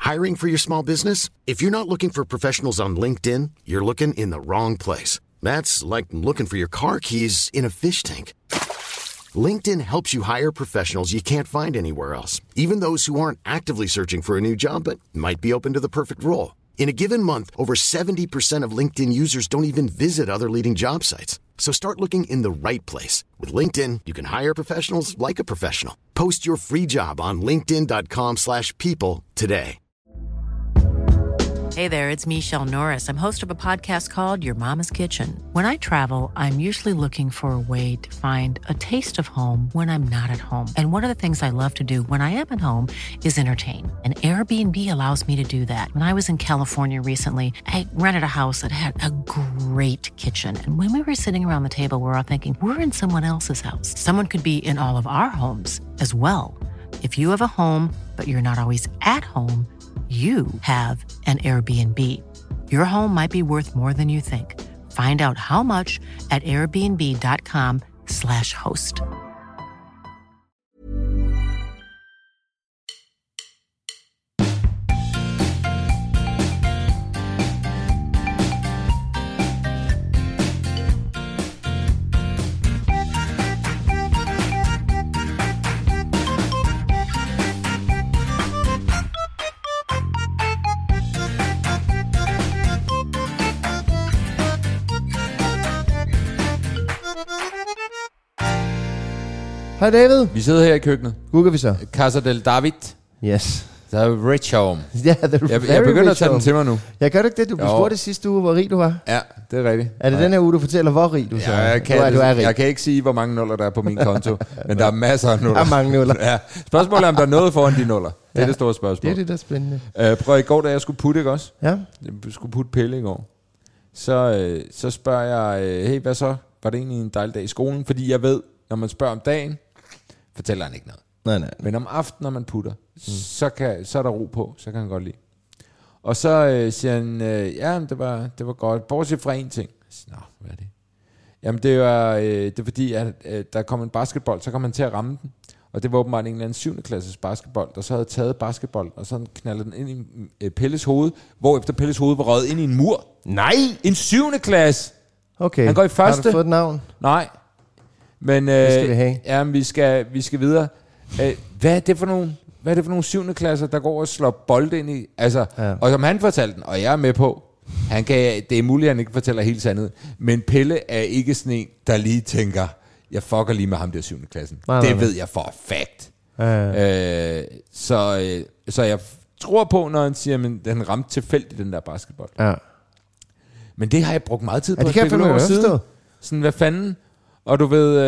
Hiring for your small business? If you're not looking for professionals on LinkedIn, you're looking in the wrong place. That's like looking for your car keys in a fish tank. LinkedIn helps you hire professionals you can't find anywhere else, even those who aren't actively searching for a new job but might be open to the perfect role. In a given month, over 70% of LinkedIn users don't even visit other leading job sites. So start looking in the right place. With LinkedIn, you can hire professionals like a professional. Post your free job on linkedin.com/people today. Hey there, it's Michelle Norris. I'm host of a podcast called Your Mama's Kitchen. When I travel, I'm usually looking for a way to find a taste of home when I'm not at home. And one of the things I love to do when I am at home is entertain. And Airbnb allows me to do that. When I was in California recently, I rented a house that had a great kitchen. And when we were sitting around the table, we're all thinking, we're in someone else's house. Someone could be in all of our homes as well. If you have a home, but you're not always at home, you have an Airbnb. Your home might be worth more than you think. Find out how much at airbnb.com/host. Hej David. Vi sidder her i køkkenet. Google vi så. Casa del David. Yes. Der er rich home. Ja, yeah, jeg begynder at tage den til mig nu. Jeg gør du ikke det? Du blev spurgt i sidste uge, hvor rig du var. Ja, det er rigtigt. Er det den her uge, du fortæller, hvor rig du så er? Jeg kan ikke sige, hvor mange nuller der er på min konto, men der er masser af nuller. Der er mange nuller. Ja. Spørgsmålet er, om der er noget foran de nuller. Det er det store spørgsmål. Det er det, der er spændende. Prøv i går, da jeg skulle putte, ikke også? Ja. Jeg skulle putte Pelle i går. Så spørger jeg, hey, hvad så? Var det egentlig en dejlig dag i skolen? Fordi jeg ved, når man spørger om dagen, fortæller han ikke noget. Nej. Men om aftenen, når man putter, så er der ro på, så kan han godt lide. Og så siger han, ja, det var godt, bortset fra en ting. Nå, hvad er det? Jamen, det er fordi, at der kom en basketball, så kom han til at ramme den. Og det var åbenbart en eller anden 7. klasses basketball, der så havde taget basketball, og så knaldede den ind i Pelles hoved, hvorefter Pelles hoved var røget ind i en mur. Nej! En 7. klasse! Okay. Han går i første. Har du fået et navn? Nej. Men det skal vi have. Ja, vi skal videre. Hvad er det for nogle 7. klasser, der går og slår bold ind i? Altså, ja. Og som han fortalte den, og jeg er med på, det er muligt, at han ikke fortæller helt sandet, men Pelle er ikke sådan en, der lige tænker, jeg fucker lige med ham der 7. klassen. Det ved jeg for fact. Ja. Så jeg tror på, når han siger, at han ramte tilfældigt den der basketball. Ja. Men det har jeg brugt meget tid på. Det kan jeg fandme siden. Sådan, hvad fanden? Og du ved...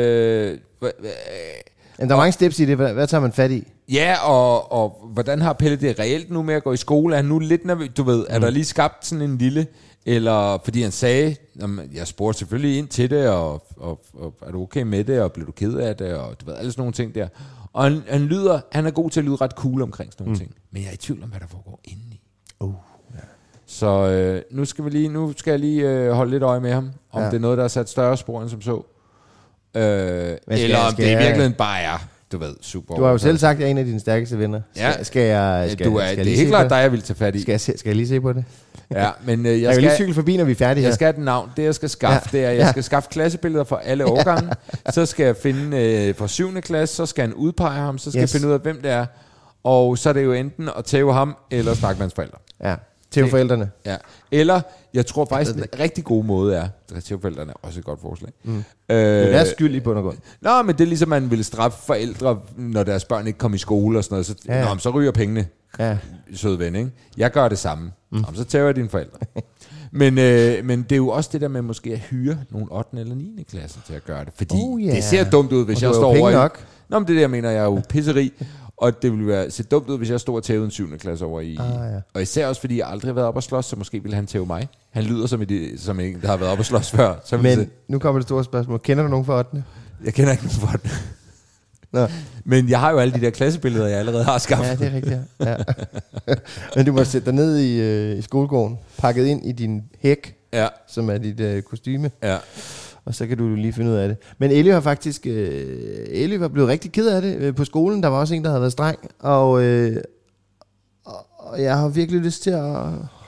der er mange steps i det. Hvad tager man fat i? Ja, og hvordan har Pelle det reelt nu med at gå i skole? Er han nu lidt nervøs? Du ved, er der lige skabt sådan en lille... Eller fordi han sagde, jeg spurgte selvfølgelig ind til det, og er du okay med det, og blev du ked af det, og du ved, alle sådan nogle ting der. Og han er god til at lyde ret cool omkring sådan nogle ting. Men jeg er i tvivl om, hvad der foregår indeni. Ja. Så nu skal jeg lige holde lidt øje med ham, om det er noget, der er sat større spor end som så. Eller om det i virkeligheden bare er, du ved, super. Du har jo selv sagt, at jeg er en af dine stærkeste venner. Skal jeg det er helt klart dig, jeg vil tage fat i. Skal jeg lige se på det? Ja, men jeg skal lige cykle forbi, når vi er færdige her. Jeg skal have et navn. Det jeg skal skaffe, det er, jeg skal skaffe klassebilleder fra alle årgange. Så skal jeg finde fra 7. klasse, så skal han udpege ham, så skal jeg finde ud af, hvem det er. Og så er det jo enten at tæve ham, eller snakke med hans forældre. Ja. Tæve forældrene. Ja. Eller, jeg tror faktisk, en rigtig god måde er, tæve forældrene er også et godt forslag. Det er skyld i bund og grund. Nå, men det er ligesom, man vil straffe forældre, når deres børn ikke kommer i skole og sådan noget. Så ryger pengene. Ja. Søde ven, ikke? Jeg gør det samme. Så tæver jeg dine forældre. Men det er jo også det der med måske at hyre nogle 8. eller 9. klasse til at gøre det. Fordi det ser dumt ud, hvis jeg står over i... Nok. Nå, men det der mener jeg er jo pisseri. Og det ville se dumt ud, hvis jeg stod og tævede en 7. klasse over i... Og især også, fordi jeg aldrig har været op og slås, så måske ville han tæve mig. Han lyder som en, der har været op og slås før. Så men nu kommer det store spørgsmål. Kender du nogen for 8? Jeg kender ikke nogen for 8. Nå. Men jeg har jo alle de der klassebilleder, jeg allerede har skaffet. Ja, det er rigtigt. Ja. Men du må sætte dig ned i skolegården, pakket ind i din hæk, som er dit kostyme. Ja. Og så kan du lige finde ud af det. Men Ellie har faktisk... Ellie var blevet rigtig ked af det på skolen. Der var også en, der havde været streng. Og Og jeg har virkelig lyst til at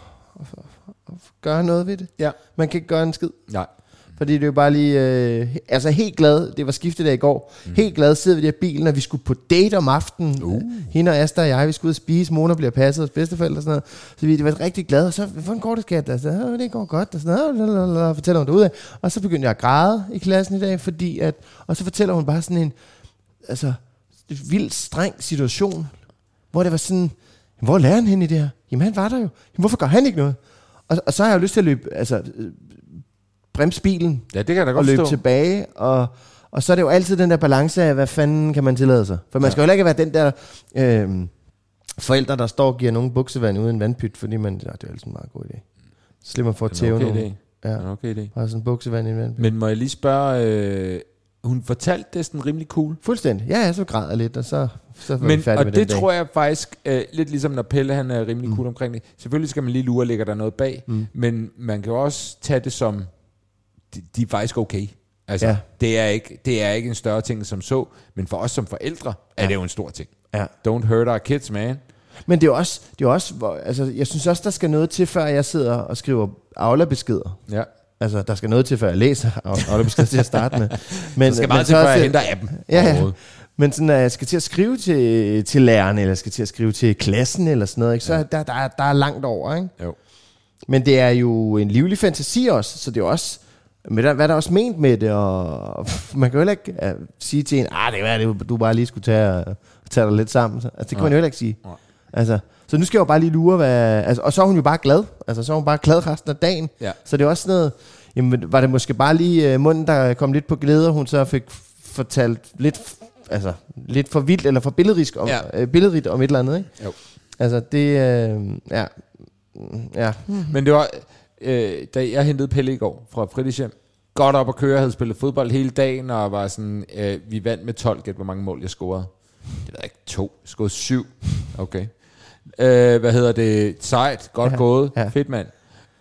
gøre noget ved det. Ja. Man kan ikke gøre en skid. Nej. Fordi det er jo bare lige... helt glad. Det var skiftedag i går. Helt glad sidder vi der i bilen, og vi skulle på date om aftenen. Hende og Asta og jeg, vi skulle ud og spise. Mona bliver passet hos bedsteforældre og sådan noget. Så vi var rigtig glade. Og så, hvordan går det, skat? Og så, det går godt. Og sådan noget. Fortæller hun derudad. Og så begyndte jeg at græde i klassen i dag, fordi at... Og så fortæller hun bare sådan en... Altså, vildt streng situation, hvor det var sådan... Hvor er læreren henne i det her? Jamen, han var der jo. Jamen, hvorfor gør han ikke noget? Og så har jeg jo lyst til at løbe... Altså, bremse bilen. Ja, det kan jeg da godt og løbe forstå. tilbage. Og så er det jo altid den der balance af, hvad fanden kan man tillade sig? For man skal jo heller ikke være den der forældre, der står og giver nogen buksevand uden en vandpyt, fordi man... Ja, det er jo altid en meget god idé. Så slipper man for at tæve nogen. Ja, okay idé. Og sådan en buksevand i en vandpyt. Men må jeg lige spørge... hun fortalte det sådan rimelig cool. Fuldstændig. Ja, så græder jeg lidt, og så var vi færdige og med det den tror jeg faktisk, lidt ligesom når Pelle han er rimelig cool omkring det. Selvfølgelig skal man lige lure, ligger der noget bag. Men man kan jo også tage det som... De er faktisk okay. Altså, det er ikke en større ting som så, men for os som forældre er det jo en stor ting. Ja. Don't hurt our kids, man. Men det er også altså, jeg synes også, der skal noget til, før jeg sidder og skriver Aula-beskeder. Ja. Altså, der skal noget til, før jeg læser Aula-beskeder til at starte med. Men, der skal meget til, før jeg henter appen. Ja. Men sådan, at jeg skal til at skrive til lærerne, eller jeg skal til at skrive til klassen, eller sådan noget, ikke? Så der er langt over, ikke? Jo. Men det er jo en livlig fantasi også, så det er også... Men hvad er der også ment med det, og man kan jo heller ikke sige til en, det er det, du bare lige skulle tage dig lidt sammen. Altså, det kan man jo heller ikke sige. Altså, så nu skal jeg jo bare lige lure, og så er hun jo bare glad. Altså, så er hun bare glad resten af dagen. Ja. Så det er også sådan noget, jamen, var det måske bare lige munden, der kom lidt på glæde, og hun så fik fortalt lidt for vildt, eller for billedrigt om et eller andet, ikke? Jo. Altså, det, ja. Men det var... da jeg hentede Pelle i går fra fritidshjem, godt op at køre, havde spillet fodbold hele dagen, og var sådan, vi vandt med 12, gæt hvor mange mål jeg scorede. Det ved ikke, 2. Jeg scorede 7. Okay. Hvad hedder det? Sejt, godt gået, fedt mand.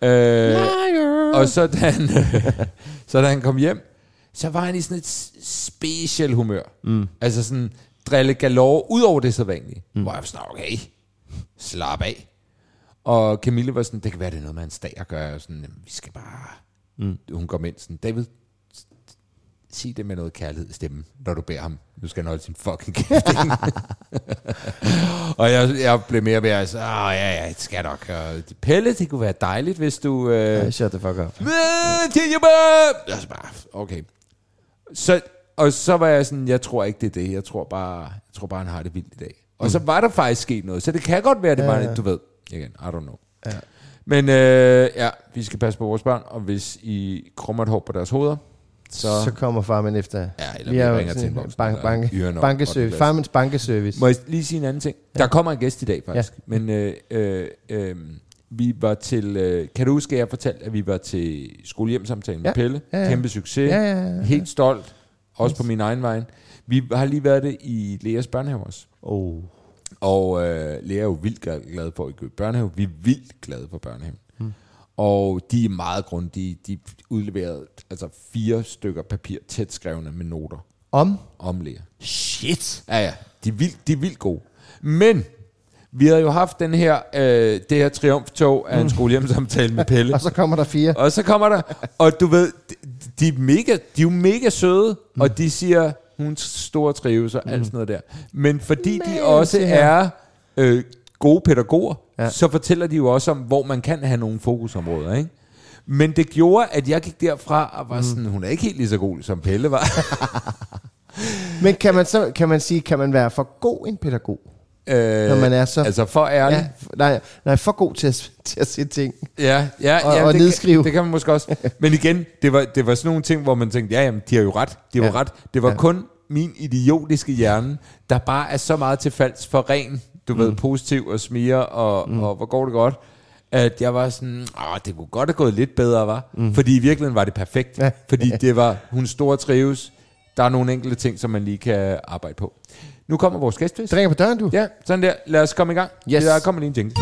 Og så da han kom hjem, så var han i sådan et special humør. Altså sådan drille galore, ud over det sædvanlige. Hvor jeg var sådan, okay, slap af. Og Camille var sådan, det kan være, det er noget med hans dag at gøre. Sådan, vi skal bare... Hun kom ind sådan, David, sig det med noget kærlighed i stemmen, når du beder ham. Nu skal han holde sin fucking kæft. Og jeg blev mere og mere så, ja, det skal nok. Og Pelle, det kunne være dejligt, hvis du... Shut the fuck up. Okay. Så var jeg sådan, jeg tror ikke, det er det. Jeg tror bare, han har det vildt i dag. Og så var der faktisk sket noget. Så det kan godt være, det var du ved. Igen, I don't know. Ja. Men vi skal passe på vores børn, og hvis I krummer et hår på deres hoveder, så kommer farmen efter. Ja, eller vi ringer til en bankeservice. Farmens bankeservice. Må jeg lige sige en anden ting? Ja. Der kommer en gæst i dag, faktisk. Ja. Men vi var til... kan du huske, at jeg fortalte, at vi var til skolehjemsamtalen med Pelle? Ja. Kæmpe succes. Ja. Helt stolt. Også på min egen vej. Vi har lige været det i Leas børnehave også. Og Lea er jo vildt glad for at gå i børnehave. Vi er vildt glade for børnehaven. Og de er meget grundige. De udleverede 4 stykker papir tæt skrevne med noter. Om Lea. Shit. Ja. De er vildt gode. Men vi havde jo haft det her triumftog af en skolehjemsamtale med Pelle. Og så kommer der 4. Og du ved, de er jo mega søde, og de siger... Hun store trives og alt sådan noget der. Men fordi de også er gode pædagoger, så fortæller de jo også om, hvor man kan have nogle fokusområder, ikke? Men det gjorde, at jeg gik derfra og var sådan, hun er ikke helt lige så god, som Pelle var. Men kan man sige, kan man være for god en pædagog? Når man er så... Altså for ærlig? Nej, for god til at se ting. Og nedskrive. Det kan man måske også. Men igen, det var sådan nogle ting, hvor man tænkte, jamen, de har jo ret. De har ret. Det var kun min idiotiske hjerne, der bare er så meget til falds for ren, du ved, positiv og smire, og hvor går det godt, at jeg var sådan, det kunne godt have gået lidt bedre, var. Fordi i virkeligheden var det perfekt. Fordi det var, hun store trives. Der er nogle enkelte ting, som man lige kan arbejde på. Nu kommer vores gæstfest. Det ringer på døren, du. Ja, sådan der. Lad os komme i gang. Yes. Der kommer lige en jingle.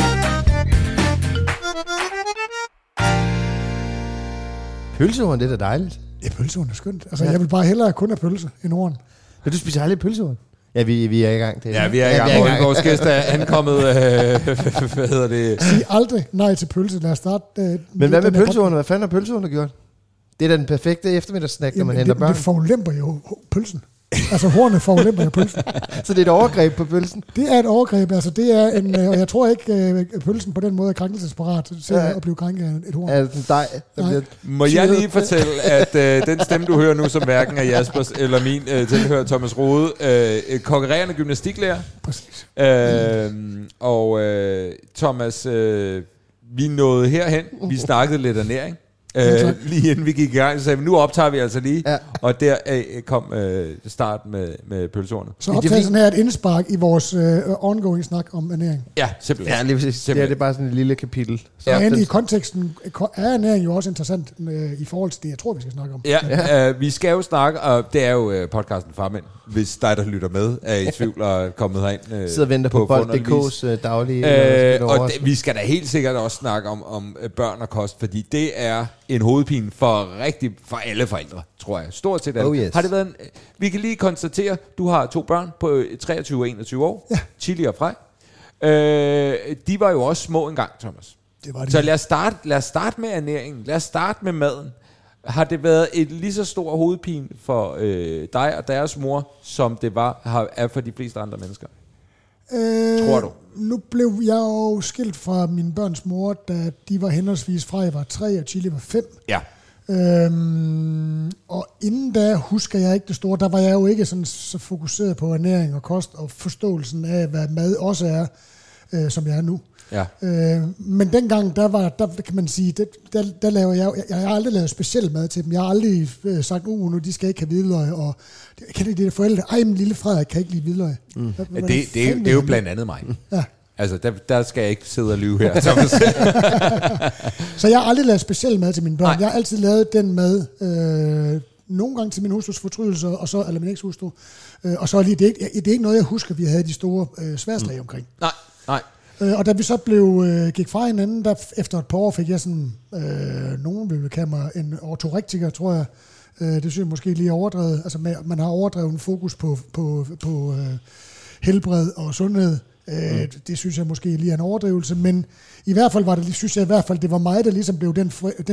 Pølsehorn, det er da dejligt. Ja, pølsehorn er skønt. Altså, jeg vil bare hellere kun have pølse end horn. Men du spiser aldrig pølsehorn? Ja, vi er i gang. Ja, vi er i gang. Vores gæst er ankommet. Hvad hedder det? Sig aldrig nej til pølse. Lad os starte. Men hvad med pølsehornet? Hvad fanden har pølsehornet gjort? Det er da den perfekte eftermiddagssnack, når man henter børn. Det forulemper jo pølsen. Altså hornet forulemper jo pølsen. Så det er et overgreb på pølsen? Det er et overgreb. Altså det er en, og jeg tror ikke, pølsen på den måde er krænkelsesparat til at blive krænket af et horn. Altså Må jeg lige fortælle, at den stemme, du hører nu, som hverken er Jaspers eller min tilhører Thomas Rode, konkurrerende gymnastiklærer. Præcis. Thomas, vi nåede herhen. Vi snakkede lidt ernæring. Lige inden vi gik i gang, så sagde vi, nu optager vi altså lige, og der kom start med pølsehornet. Så optagelsen her er et indspark i vores ongoing snak om ernæring. Ja, simpelthen. Ja, lige præcis. Det er bare sådan et lille kapitel. Så i konteksten er ernæring jo også interessant i forhold til det, jeg tror, vi skal snakke om. Ja, vi skal jo snakke, og det er jo podcasten Farmænd, hvis dig, der lytter med, er i tvivl og er kommet herind. Sidder og venter på Bold.dk's daglige. Vi skal da helt sikkert også snakke om børn og kost, fordi det er en hovedpine for alle forældre, tror jeg. Stort set alle. Yes. Har det været vi kan lige konstatere, du har 2 børn på 23 og 21 år. Ja. Chili og Frej. De var jo også små engang, Thomas. Det var det. Så lad os starte med ernæringen. Lad os starte med maden. Har det været et lige så stor hovedpine for dig og deres mor, som det er for de fleste andre mennesker? Tror du? Nu blev jeg jo skilt fra mine børns mor, da de var henholdsvis Frej var 3 og Chili var 5. Ja. Og inden da husker jeg ikke det store. Der var jeg jo ikke sådan så fokuseret på ernæring og kost og forståelsen af, hvad mad også er, som jeg er nu. Ja. Men dengang, der kan man sige, der laver jeg har aldrig lavet speciel mad til dem. Jeg har aldrig sagt, nu de skal ikke have hvidløg, og kan det de forældre? Ej, min lille Frederik kan ikke lide hvidløg. Det er jo blandt andet mig. Ja. Altså, der skal jeg ikke sidde og lyve her, Thomas. Så jeg har aldrig lavet speciel mad til mine børn. Nej. Jeg har altid lavet den mad, nogle gange til min hustrus fortrydelse, eller min ekshustru. Og så lige, det er ikke noget, jeg husker, vi havde de store sværslag omkring. Nej. Og da vi så gik fra hinanden, der efter et par år fik jeg sådan, nogen ville kalde mig en ortorektiker, tror jeg. Det synes jeg måske lige overdrevet. Altså man har overdrevet en fokus på helbred og sundhed. Det synes jeg måske lige er en overdrivelse, men i hvert fald synes jeg i hvert fald, det var mig, der ligesom blev den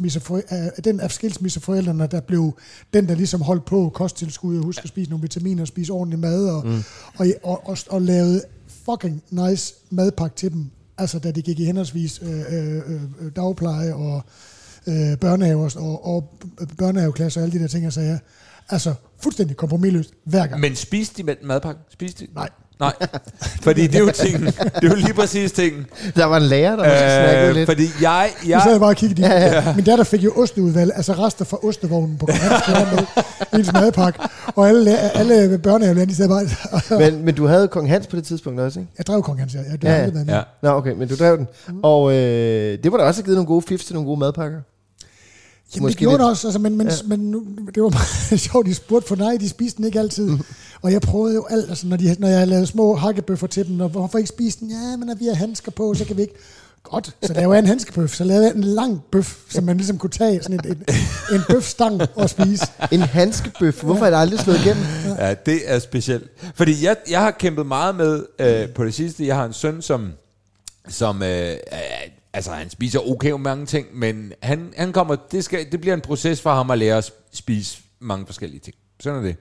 af skilsmisseforældrene, der blev den, der ligesom holdt på kosttilskud og huske at spise nogle vitaminer og spise ordentlig mad og lavede fucking nice madpakke til dem, altså da de gik i henholdsvis dagpleje og børnehaver og børnehaveklasser og alle de der ting, jeg sagde. Altså fuldstændig kompromisløst hver gang. Men spiste de med madpakke? Nej. Fordi det er jo tingen. Det er jo lige præcis tingen. Der var en lærer, der måske snakkede lidt. Fordi jeg sad bare og kiggede. Min datter fik jo osteudvalg, altså rester fra ostevognen på Kong med ens madpakke. Og alle børnehavelærere, de sad bare... men du havde Kong Hans på det tidspunkt også, ikke? Jeg drev Kong Hans, ja. Nå, okay, men du drev den. Og det var da også givet nogle gode fifs til nogle gode madpakker. Jamen måske det gjorde det også, altså, men nu, det var meget sjovt, de spurgte for nej, de spiste den ikke altid. Og jeg prøvede jo alt, altså når jeg lavede små hakkebøffer til dem, og hvorfor ikke spise den? Ja, men når vi har handsker på, så kan vi ikke. Godt, så lavede jeg en handskebøf, så lavede jeg en lang bøf, som man ligesom kunne tage, sådan en bøfstang og spise. En handskebøf, hvorfor er det aldrig slået igennem? Ja, det er specielt. Fordi jeg har kæmpet meget med på det sidste, jeg har en søn, som altså han spiser okay om mange ting, men han kommer, det bliver en proces for ham at lære at spise mange forskellige ting. Sådan er det.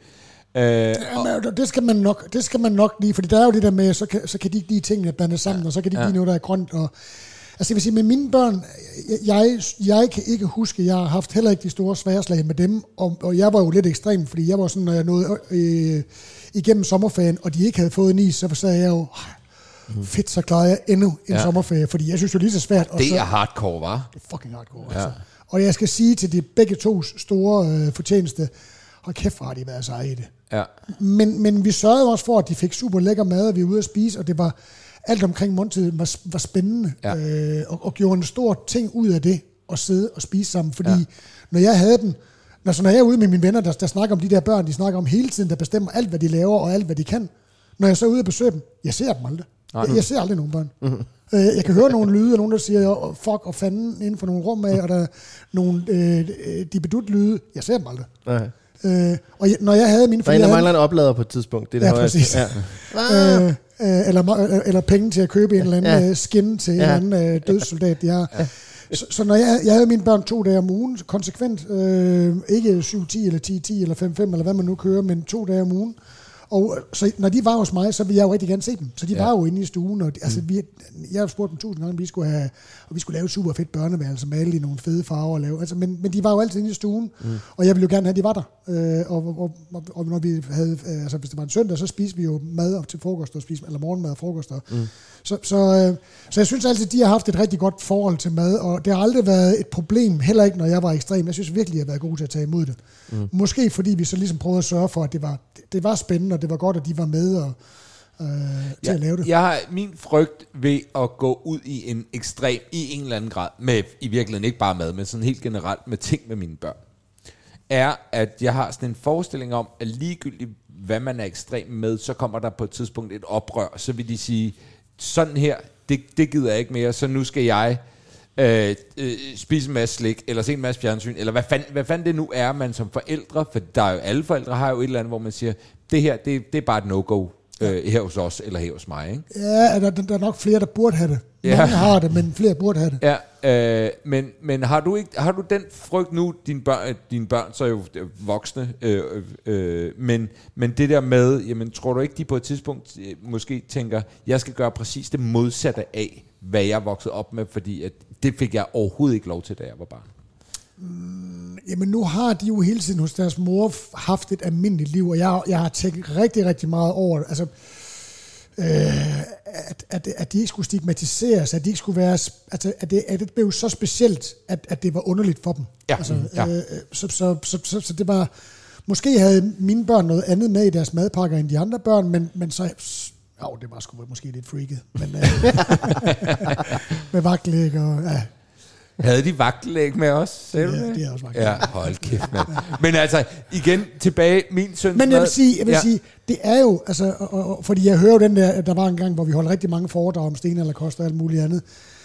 Det skal man nok lige, fordi der er jo det der med, så kan de ikke lige tingene blande sammen, og så kan de ikke lige noget, der er grønt. Og, altså jeg vil sige, med mine børn, jeg kan ikke huske, jeg har haft heller ikke de store sværslag med dem, og jeg var jo lidt ekstrem, fordi jeg var sådan, når jeg nåede igennem sommerferien, og de ikke havde fået en is, så sagde jeg jo, fedt, så klarede jeg endnu en sommerferie, fordi jeg synes jo lige så svært. Det er hardcore, var? Det er fucking hardcore, altså. Og jeg skal sige til de begge tos store fortjeneste, hold kæft, har de været seje i det. Ja. Men vi sørgede også for, at de fik super lækker mad, og vi var ude at spise, og det var alt omkring måltiden var spændende, og gjorde en stor ting ud af det, at sidde og spise sammen, fordi når jeg havde den, når jeg er ude med mine venner, der snakker om de der børn, de snakker om hele tiden, der bestemmer alt, hvad de laver, og alt, hvad de kan, når jeg så er ude og besøge dem, jeg ser dem aldrig. Jeg ser aldrig nogen børn. Jeg kan høre nogle lyde, og nogen der siger, fuck og fanden inden for nogle rum af, og der er nogle dibedut-lyde. Jeg ser dem aldrig. Og når jeg havde mine forældre... Der mangler en oplader på et tidspunkt. Det er det præcis. Ja. Eller penge til at købe en eller anden skin til en eller anden dødssoldat. Så når jeg havde mine børn 2 dage om ugen, konsekvent, ikke 7-10 eller 10-10 eller 5-5, eller hvad man nu kører, men 2 dage om ugen. Og så når de var hos mig, så ville jeg jo rigtig gerne se dem. Så de var jo inde i stuen, og jeg har spurgt dem 1000 gange, vi skulle lave et super fedt børneværelse, male i nogle fede farver og lave. Men de var jo altid inde i stuen, og jeg ville jo gerne have, at de var der. Og når vi havde, hvis det var en søndag, så spiste vi jo mad til frokost, eller morgenmad og frokost. Så jeg synes altid, at de har haft et rigtig godt forhold til mad, og det har aldrig været et problem, heller ikke når jeg var ekstrem. Jeg synes virkelig, at jeg har været god til at tage imod det. Måske fordi vi så ligesom prøvede at sørge for, at det var spændende, og det var godt, at de var med og, til at lave det. Jeg har min frygt ved at gå ud i en ekstrem, i en eller anden grad, med i virkeligheden ikke bare mad, men sådan helt generelt med ting med mine børn, er, at jeg har sådan en forestilling om, at ligegyldigt hvad man er ekstrem med, så kommer der på et tidspunkt et oprør, så vil de sige, sådan her, det gider jeg ikke mere, så nu skal jeg spise en masse slik, eller se en masse fjernsyn, eller hvad fanden det nu er, man som forældre, for der er jo, alle forældre har jo et eller andet, hvor man siger, det her, det er bare et no-go her hos os, eller her hos mig, ikke? Ja, der er nok flere, der burde have det. Mange har det, men flere burde have det. Ja, men har du den frygt nu, dine børn så er jo voksne, men det der med, jamen tror du ikke, de på et tidspunkt måske tænker, jeg skal gøre præcis det modsatte af, hvad jeg er vokset op med, fordi at det fik jeg overhovedet ikke lov til, da jeg var barn? Jamen nu har de jo hele tiden hos deres mor haft et almindeligt liv, og jeg har tænkt rigtig, rigtig meget over det. Altså, at de ikke skulle stigmatiseres, at de ikke skulle være, altså, at det blev så specielt, at det var underligt for dem. Ja. Altså, så det var, måske havde mine børn noget andet med i deres madpakker end de andre børn, men så, det var sgu måske lidt freaket, men med vagtlæg og Havde de vagtelæg med os? Sagde du det? Det er også vagtelæg. Ja, hold kæft, mand. Men altså, igen, tilbage, min søn... Men jeg vil sige, det er jo, altså, fordi jeg hører jo den der var en gang, hvor vi holdt rigtig mange foredrag om stenalderkost og alt muligt andet.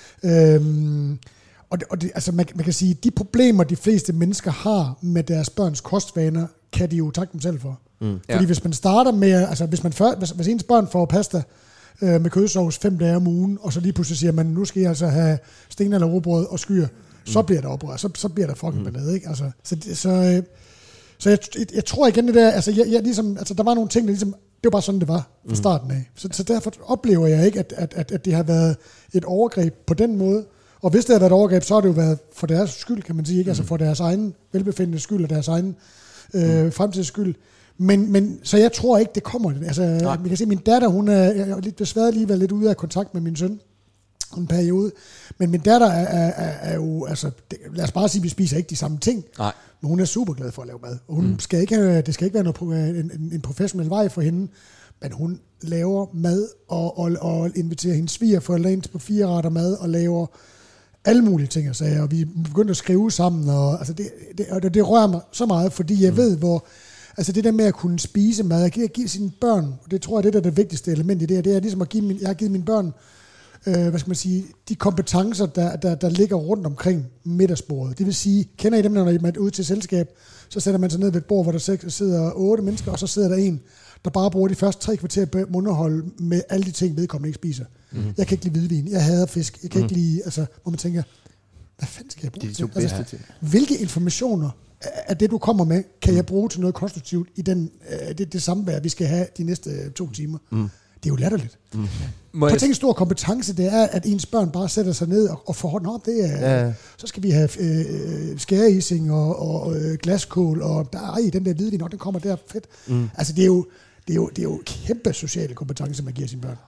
Altså, man kan sige, de problemer, de fleste mennesker har med deres børns kostvaner, kan de jo takke dem selv for. Fordi hvis man starter med, altså hvis ens børn får pasta med kødsovs 5 dage om ugen, og så lige pludselig siger man, nu skal jeg altså have sten eller rugbrød og skyr, så bliver der oprør, så bliver der fucking ballade, ikke? Altså, så jeg tror igen det der, altså jeg ligesom, altså der var nogle ting, der ligesom, det var bare sådan, det var fra starten af. Så derfor oplever jeg ikke, at det har været et overgreb på den måde. Og hvis det har været et overgreb, så har det jo været for deres skyld, kan man sige, ikke? Altså for deres egen velbefindende skyld og deres egen fremtids skyld. Men så jeg tror ikke, det kommer. Altså, man kan se, min datter, hun er lidt desværre lige været lidt ude af kontakt med min søn en periode. Men min datter er jo, altså, lad os bare sige, vi spiser ikke de samme ting. Nej. Men hun er super glad for at lave mad. Og hun skal ikke have, det skal ikke være en professionel vej for hende, men hun laver mad og inviterer hendes svigerforældre ind på 4 retter mad og laver alle mulige ting og sager. Og vi begyndte at skrive sammen, og altså det rører mig så meget, fordi jeg ved, hvor... Altså det der med at kunne spise mad, at give sine børn, og det tror jeg, det er det vigtigste element i det, det er ligesom at jeg har givet mine børn, hvad skal man sige, de kompetencer, der ligger rundt omkring middagsbordet. Det vil sige, kender I dem, når man er ude til selskab, så sætter man sig ned ved et bord, hvor der sidder 8 mennesker, og så sidder der en, der bare bruger de første 3 kvarter på underhold med alle de ting, vedkommende ikke spiser. Jeg kan ikke lide hvidvin, jeg hader fisk, jeg kan ikke lide, altså, hvor man tænker, hvad fanden skal jeg bruge til? Altså, hvilke informationer af det, du kommer med, kan jeg bruge til noget konstruktivt i det samvær, vi skal have de næste 2 timer. Det er jo latterligt. På tænk en stor kompetence, det er, at ens børn bare sætter sig ned og får hånden op. Det er, så skal vi have skæreising og glaskål, og den der hvidvin, den kommer der fedt. Altså, det er jo kæmpe sociale kompetencer, man giver sine børn.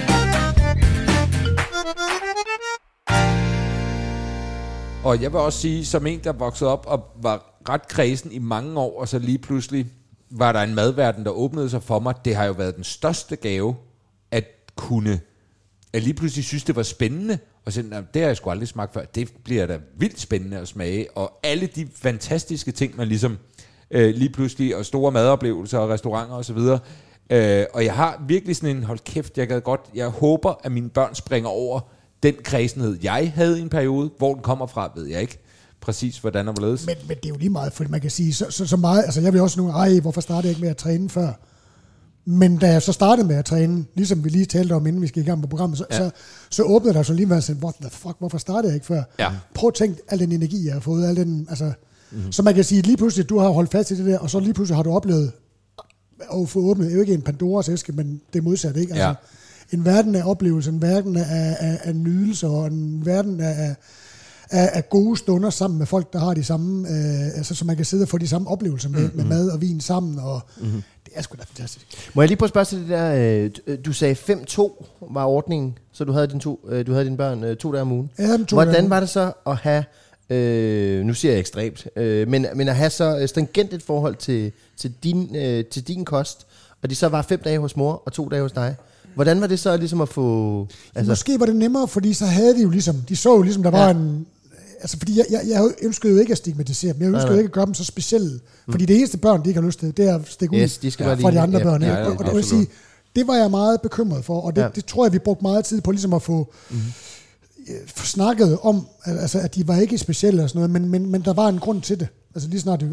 Og jeg vil også sige, som en, der voksede op og var ret kredsen i mange år, og så lige pludselig var der en madverden, der åbnede sig for mig. Det har jo været den største gave, at lige pludselig synes, det var spændende, og så, det har jeg sgu aldrig smagt før. Det bliver da vildt spændende at smage, og alle de fantastiske ting, man ligesom lige pludselig, og store madoplevelser og restauranter og så videre. Og jeg har virkelig sådan en, hold kæft, jeg håber, at mine børn springer over den kredsenhed, jeg havde i en periode. Hvor den kommer fra, ved jeg ikke. præcis hvordan og hvorledes. Men det er jo lige meget, fordi man kan sige, så meget, altså jeg vil også nogle, hvorfor startede jeg ikke med at træne før? Men da jeg så startede med at træne, ligesom vi lige talte om, inden vi skal i gang på programmet, så åbnede der så lige med at sige, what the fuck, hvorfor startede jeg ikke før? Ja. Prøv at tænke al den energi, jeg har fået, al den, altså, så man kan sige, lige pludselig, du har holdt fast i det der, og så lige pludselig har du oplevet at få åbnet, jo ikke en Pandoras æske, men det modsatte, ikke? Altså, en verden af oplevelser, en verden af nydelser, og en verden af gode stunder sammen med folk, der har de samme, altså så man kan sidde og få de samme oplevelser med mad og vin sammen, og det er sgu da fantastisk. Må jeg lige prøve at spørge til det der, du sagde 5-2 var ordningen, så du havde dine børn 2 dage om ugen. Ja, hvordan var det så at have, nu siger jeg ekstremt, men at have så stringent et forhold til din kost, og de så var 5 dage hos mor og 2 dage hos dig? Hvordan var det så ligesom at få... Altså... Måske var det nemmere, fordi så havde de jo ligesom... De så jo ligesom, der var en... Altså, fordi jeg ønskede jo ikke at stigmatisere dem. Jeg ønskede jo ikke at gøre dem så specielle. Fordi det eneste børn, de ikke har lyst til, det er at stikke ud fra de andre børn. Og det vil sige, det var jeg meget bekymret for. Og det tror jeg, vi brugte meget tid på ligesom at få snakket om, altså, at de var ikke specielle og sådan noget, men der var en grund til det. Altså lige snart,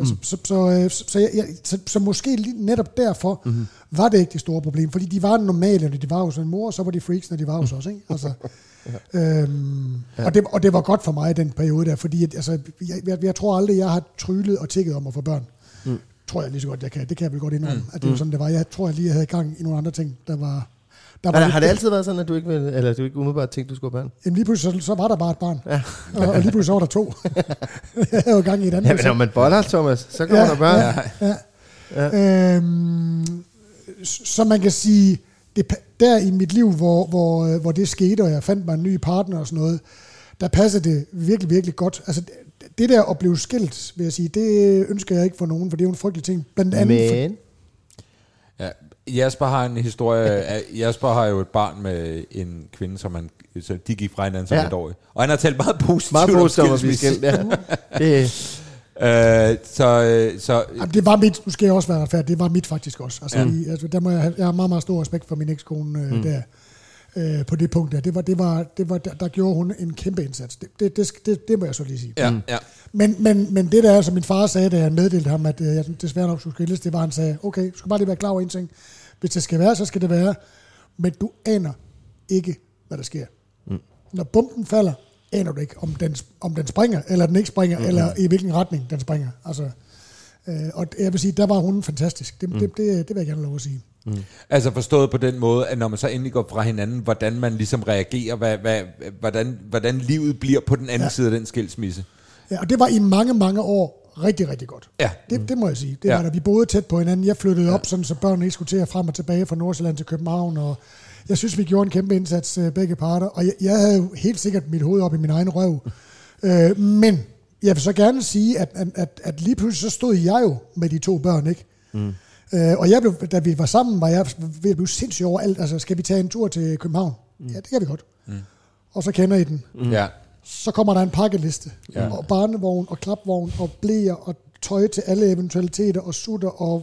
så måske lige netop derfor var det ikke det store problem, fordi de var normale, når de var hos en mor, og så var de freaks, når de var hos os, ikke? Altså, og det var godt for mig i den periode der, fordi altså, jeg tror aldrig, jeg har tryllet og tækket om at få børn. Tror jeg lige så godt, jeg kan. Det kan jeg vel godt indrømme, at det var sådan, det var. Jeg tror, jeg lige havde gang i nogle andre ting, der var... Har det altid været sådan, at du ikke ville, eller du ikke umiddelbart tænkte, du skulle have børn? Jamen lige pludselig, så var der bare et barn. Ja. Og lige pludselig så var der 2. Jeg havde jo gang i et andet. Ja, men når man boller, Thomas, så kommer der børn. Ja. Så man kan sige, der i mit liv, hvor det skete, og jeg fandt mig en ny partner og sådan noget, der passede det virkelig, virkelig godt. Altså det der at blive skilt, vil jeg sige, det ønsker jeg ikke for nogen, for det er jo en frygtelig ting. Blandt andet Ja, Jasper har en historie. Jasper har jo et barn med en kvinde, som de gik fra hinanden som et år. Og han har talt meget positivt om skilsmisse. Det var mit, nu skal jeg også være retfærdig, det var mit faktisk også. Altså, jeg har meget, meget stor respekt for min ekskone der. På det punkt der. Der gjorde hun en kæmpe indsats. Det må jeg så lige sige. Ja. Men det der, som min far sagde, da jeg meddelte ham, at jeg desværre nok skulle skilles, det var, han sagde, okay, du skal bare lige være klar over en ting. Hvis det skal være, så skal det være. Men du aner ikke, hvad der sker. Når bomben falder, aner du ikke, om den springer, eller den ikke springer, eller i hvilken retning den springer. Altså, og jeg vil sige, der var hun fantastisk. Det vil jeg gerne lov at sige. Altså forstået på den måde, at når man så endelig går fra hinanden, hvordan man ligesom reagerer, hvordan livet bliver på den anden side af den skilsmisse. Ja, og det var i mange, mange år rigtig, rigtig godt. Ja. Det må jeg sige. Det var da vi boede tæt på hinanden. Jeg flyttede op, sådan, så børnene ikke skulle til at frem og tilbage fra Nordsjælland til København, og jeg synes, vi gjorde en kæmpe indsats begge parter, og jeg havde jo helt sikkert mit hoved op i min egen røv. Men jeg vil så gerne sige, at lige pludselig så stod jeg jo med de 2 børn, ikke? Og da vi var sammen, var jeg ved at blive sindssygt over alt. Altså, skal vi tage en tur til København? Ja, det kan vi godt. Og så kender I den. Ja. Så kommer der en pakkeliste. Og barnevogn, og klapvogn, og bleer, og tøj til alle eventualiteter, og sutter, og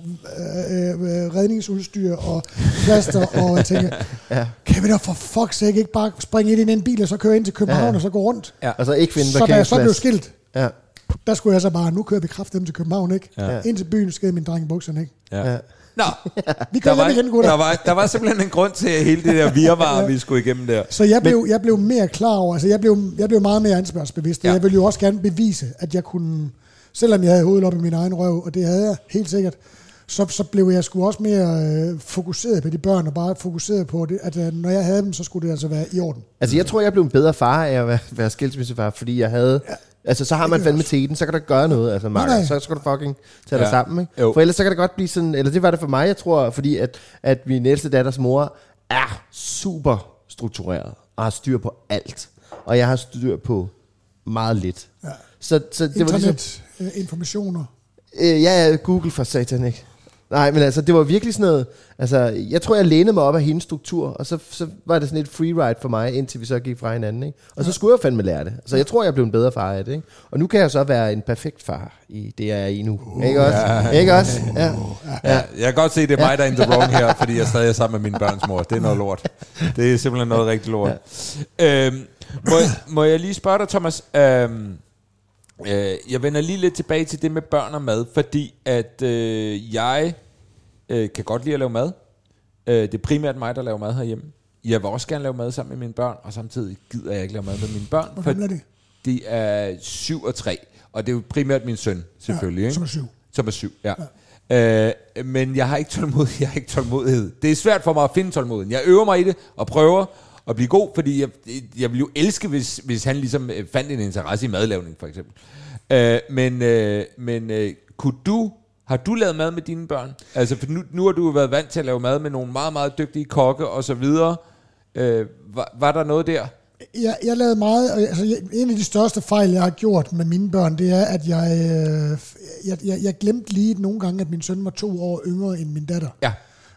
redningsudstyr, og plaster, og jeg tænker, kan vi da for fuck's sake ikke bare springe ind i en bil, og så køre ind til København, og så gå rundt? Ja. Altså ikke finde så da jeg så blev skilt, der skulle jeg så bare, nu kører vi kraftedeme til København, ikke? Ind til byen, skede min dreng i bukserne, ikke? Ja. Nå, vi kører igen, gutter. Der var simpelthen en grund til hele det der virvar, vi skulle igennem der. Så jeg blev mere klar over, altså jeg blev meget mere ansvarsbevidst, og jeg ville jo også gerne bevise, at jeg kunne, selvom jeg havde hovedet op i min egen røv, og det havde jeg helt sikkert, så blev jeg sgu også mere fokuseret på de børn, og bare fokuseret på det, at når jeg havde dem, så skulle det altså være i orden. Altså jeg tror, jeg blev en bedre far af at være skilsmissefar, fordi jeg havde... Ja. Altså, så har man fandme teten, så kan der gøre noget, altså, Mark, så skal du fucking tage dig sammen, ikke? Jo. For ellers så kan det godt blive sådan, eller det var det for mig, jeg tror, fordi at min ældste datters mor er super struktureret, og har styr på alt, og jeg har styr på meget lidt. Ja. Så det internet, var ligesom... informationer. Ja, Google for satan, ikke? Nej, men altså, det var virkelig sådan noget, altså, jeg tror, jeg lænede mig op af hendes struktur, og så var det sådan et freeride for mig, indtil vi så gik fra hinanden, ikke? Og så skulle jeg fandme lære det. Så jeg tror, jeg blev en bedre far af det, ikke? Og nu kan jeg så være en perfekt far i det, jeg er i nu. Ikke også? Ikke også? Ja. Jeg kan godt se, det er mig, der er in the wrong her, fordi jeg stadig er sammen med min børns mor. Det er noget lort. Det er simpelthen noget rigtig lort. Må jeg lige spørge dig, Thomas, Jeg vender lige lidt tilbage til det med børn og mad, fordi at jeg kan godt lide at lave mad. Det er primært mig, der laver mad herhjemme. Jeg vil også gerne lave mad sammen med mine børn, og samtidig gider jeg ikke lave mad med mine børn. Hvor gammel er de? De er 7 og 3, og det er jo primært min søn, selvfølgelig. Ja, som er 7. Som er 7, ja. Men jeg har ikke tålmodighed. Det er svært for mig at finde tålmodigheden. Jeg øver mig i det og prøver at blive god, fordi jeg ville jo elske, hvis han ligesom fandt en interesse i madlavning, for eksempel. Men har du lavet mad med dine børn? Altså, for nu har du jo været vant til at lave mad med nogle meget, meget dygtige kokke og så videre. Var der noget der? Jeg lavede meget, altså en af de største fejl, jeg har gjort med mine børn, det er, at jeg glemte lige nogle gange, at min søn var 2 år yngre end min datter. Ja.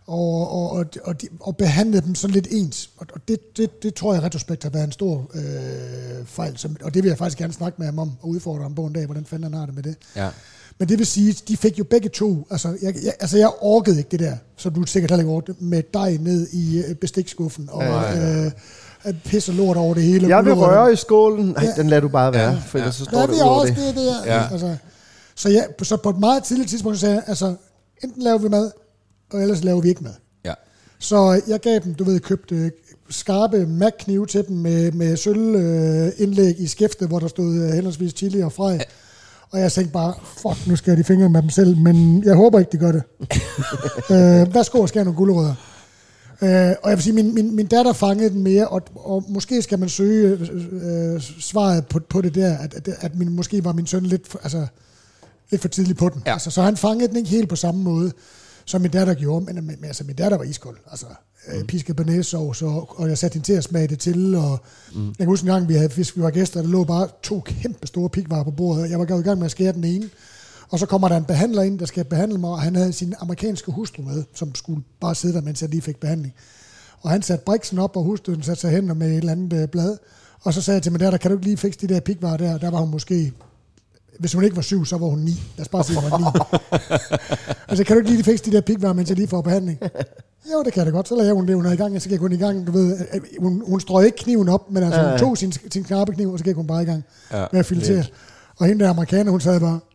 Og behandlede dem sådan lidt ens. Og det tror jeg retrospekt har været en stor fejl. Og det vil jeg faktisk gerne snakke med ham om, og udfordre ham på en dag, hvordan fanden han har det med det. Ja. Men det vil sige, de fik jo begge to, jeg orkede ikke det der, så du sikkert heller ikke orkede, med dig ned i bestikskuffen, og at pisse lort over det hele. Jeg vil røre i skålen. Nej, den lader du bare være, for ellers så står det ud over det. Ja. Altså, så på et meget tidligt tidspunkt, så sagde jeg, enten laver vi mad, og ellers laver vi ikke mad. Ja. Så jeg gav dem, købte skarpe Mac-knive til dem med sølvindlæg i skæftet, hvor der stod henholdsvis chili og frej. Og jeg tænkte bare, fuck, nu skal jeg de fingre med dem selv, men jeg håber ikke, de gør det. Værsgo og skære nogle gulerødder. Og jeg vil sige, min datter fangede den mere, og måske skal man søge svaret på det der, at måske var min søn lidt for tidlig på den. Ja. Altså, så han fangede den ikke helt på samme måde, som min datter gjorde, men altså, min datter var iskold. Altså, pisket banæssauce, og jeg satte hende til at smage det til, og jeg kan huske en gang, vi var gæster, der lå bare 2 kæmpe store pikvarer på bordet, jeg var gået i gang med at skære den ene, og så kommer der en behandler ind, der skal behandle mig, og han havde sin amerikanske hustru med, som skulle bare sidde der, mens jeg lige fik behandling. Og han satte briksen op, og hustruen satte sig hen med et eller andet blad, og så sagde jeg til mig der kan du ikke lige fikse de der pikvarer der? Der var hun måske, hvis hun ikke var 7, så var hun 9. Lad os bare sige, hun var 9. Altså, kan du ikke lige fikse de der pikvarer, mens jeg lige får behandling? Jo, det kan jeg da godt. Så lader hun det, hun er i gang, og så gik hun i gang. Du ved, hun strøg ikke kniven op, men altså, hun tog sin knapekniv, og så gik hun bare i gang med at filetere. Og hende der amerikaner, hun sad bare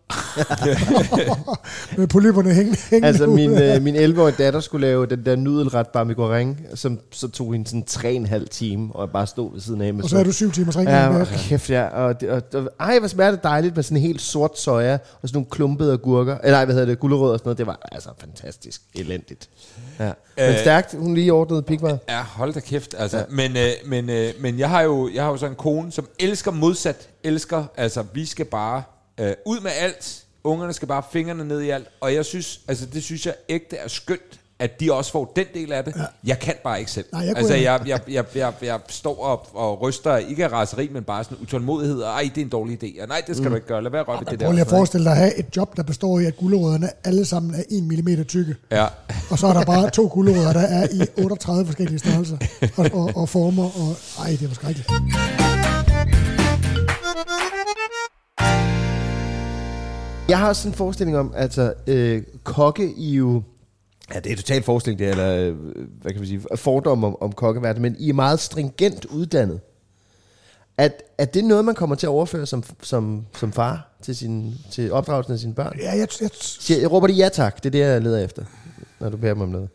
med polypperne hængende altså min 11-årige datter skulle lave den der nudelret bamigoreng, som så tog hende sådan 3,5 time, og jeg bare stod ved siden af med. Og så er du 7 timers ring. Ja, kæft, ja. Og hvor smager det dejligt med sådan en helt sort soja, og sådan nogle klumpede agurker, eller gulerødder og sådan noget. Det var altså fantastisk elendigt. Ja. Men stærkt, hun lige ordnede pikvar. Ja, hold da kæft. Altså. Ja. Men jeg har jo så en kone, som elsker, altså vi skal bare ud med alt. Ungerne skal bare fingrene ned i alt. Og jeg synes, altså det synes jeg ægte er skønt, at de også får den del af det. Ja. Jeg kan bare ikke selv. Nej, jeg står og ryster, ikke af raseri, men bare sådan utålmodighed. Og ej, det er en dårlig idé. Og nej, det skal du ikke gøre. Lad være røve det der. Prøv lige at forestille dig at have et job, der består i, at gulerødderne alle sammen er 1 mm tykke. Ja. Og så er der bare 2 gulerødder, der er i 38 forskellige størrelser og former. Og ej, det var skrækkeligt. Jeg har sådan en forestilling om, altså kokke i jo, ja det er totalt forestilling det, eller hvad kan man sige, fordom om kokkeverdenen, men I er meget stringent uddannet. Er det noget, man kommer til at overføre som far til opdragelsen af sine børn? Ja, jeg råber det ja tak, det er det, jeg leder efter, når du beder mig om noget.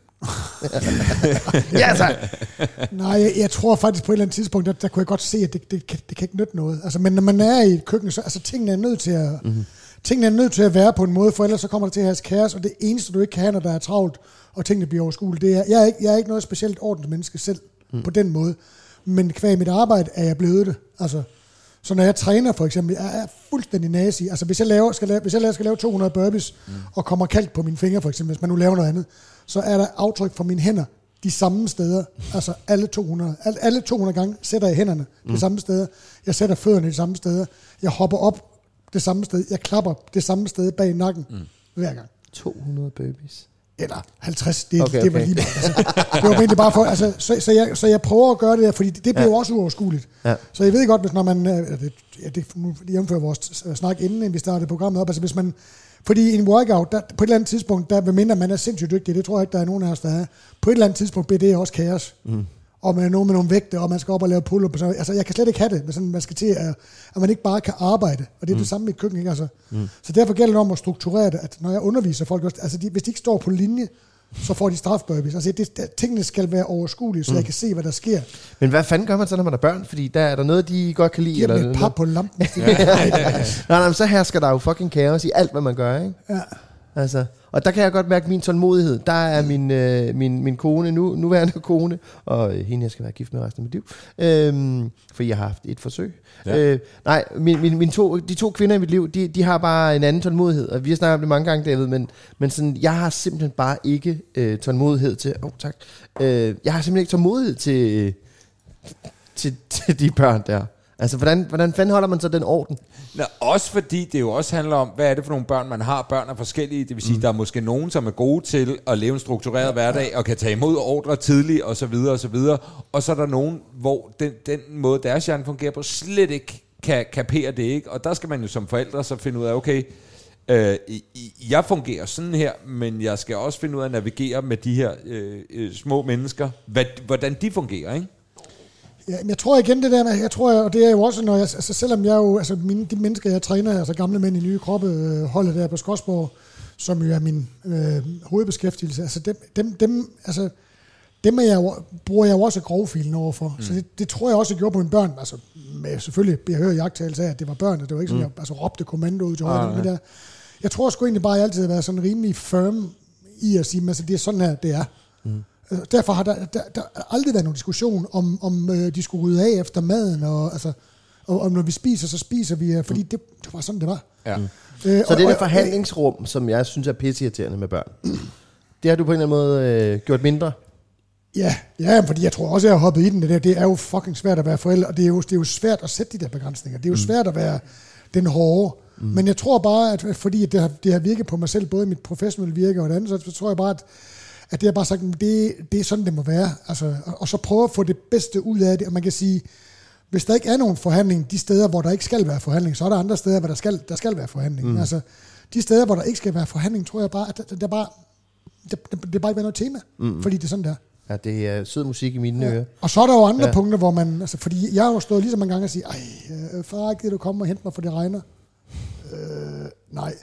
Ja tak! Nej, jeg tror faktisk på et eller andet tidspunkt, der kunne jeg godt se, at det kan ikke nytte noget. Altså, men når man er i et køkken, så altså, tingene er nødt til at... Tingene er nødt til at være på en måde, for ellers så kommer der til at have kaos, og det eneste, du ikke kan have, når der er travlt, og tingene bliver overskuelige, det er, jeg er ikke noget specielt ordentligt menneske selv, på den måde, men kvæg mit arbejde er jeg blevet det. Altså, så når jeg træner for eksempel, jeg er fuldstændig nazi. Altså hvis jeg skal lave 200 burpees, og kommer kalk på mine fingre for eksempel, hvis man nu laver noget andet, så er der aftryk fra mine hænder de samme steder, altså alle 200. Alle 200 gange sætter jeg hænderne de samme steder, jeg sætter fødderne de samme steder, jeg hopper op det samme sted. Jeg klapper det samme sted bag nakken hver gang. 200 babies. Eller 50. Det var lige bare. Altså, det var egentlig bare for... Altså, så jeg prøver at gøre det der, fordi det bliver jo også uoverskueligt. Ja. Så jeg ved godt, hvis når man... det jævnfører vores snak inden vi startede programmet op. Altså hvis man... Fordi en workout, der, på et eller andet tidspunkt, der medmindre man er sindssygt dygtig, det tror jeg ikke, der er nogen af os, der er. På et eller andet tidspunkt bliver det også kaos. og man er nogen med nogle vægte, og man skal op og lave pull-up. Altså, jeg kan slet ikke have det, men sådan, man skal til, at man ikke bare kan arbejde. Og det er det samme i et køkken, ikke? Altså, så derfor gælder det om at strukturere det, at når jeg underviser folk, altså hvis de ikke står på linje, så får de strafburpees. Altså, tingene skal være overskuelige, så jeg kan se, hvad der sker. Men hvad fanden gør man så, når man er børn? Fordi der er der noget, de godt kan lide. Giv dem et par på lampen. Nej, så hersker der jo fucking kaos i alt, hvad man gør, ikke? Ja. Altså, og der kan jeg godt mærke min tålmodighed. Der er min kone, nuværende kone, og hende jeg skal være gift med resten af mit liv, for jeg har haft et forsøg. Ja. De to kvinder i mit liv, de har bare en anden tålmodighed, og vi har snakket om det mange gange, David, men sådan, jeg har simpelthen bare ikke tålmodighed til, tak. Jeg har simpelthen ikke tålmodighed til de børn der. Altså, hvordan fanden holder man så den orden? Nå, også fordi det jo også handler om, hvad er det for nogle børn, man har. Børn er forskellige, det vil sige, der er måske nogen, som er gode til at leve en struktureret hverdag, og kan tage imod ordre tidligt, og så videre, og så videre. Og så er der nogen, hvor den måde, deres hjerne fungerer på, slet ikke kan kapere det, ikke? Og der skal man jo som forældre så finde ud af, okay, jeg fungerer sådan her, men jeg skal også finde ud af at navigere med de her små mennesker, hvordan de fungerer, ikke? Ja, men jeg tror igen det der med, og det er jo også, når jeg, altså selvom jeg jo, altså de mennesker, jeg træner, altså gamle mænd i nye kroppe, holdet der på Skodsborg, som jo er min hovedbeskæftigelse, altså dem bruger jeg jo også grovfilen overfor. Så det tror jeg også, jeg gjorde på mine børn. Altså med selvfølgelig, jeg hører jagttagelse af, at det var børn, og det var ikke sådan, jeg råbte kommando ud til højre. Men jeg tror sgu egentlig bare, at jeg altid har været sådan rimelig firm i at sige, altså det er sådan her, det er. Derfor har der aldrig været nogen diskussion om de skulle rydde af efter maden, og når vi spiser, så spiser vi, fordi det var sådan, det var. Ja. Så det der forhandlingsrum, som jeg synes er pisseirriterende med børn, det har du på en eller anden måde gjort mindre? Ja, fordi jeg tror også, jeg har hoppet i den. Det er jo fucking svært at være forælder, og det er jo svært at sætte de der begrænsninger. Det er jo svært at være den hårde. Men jeg tror bare, at fordi det har virket på mig selv, både mit professionelle virke og det andet, så tror jeg bare, at det er bare sagt, det er sådan, det må være. Altså, og så prøve at få det bedste ud af det. Og man kan sige, hvis der ikke er nogen forhandling, de steder, hvor der ikke skal være forhandling, så er der andre steder, hvor der skal være forhandling. Altså, de steder, hvor der ikke skal være forhandling, tror jeg bare, at det er bare ikke noget tema. Fordi det er sådan, der. Ja, det er sød musik i mine ører. Og så er der jo andre punkter, hvor man, altså, fordi jeg har jo stået lige så mange gange og sige, far, gider du komme og hente mig, for det regner? Nej.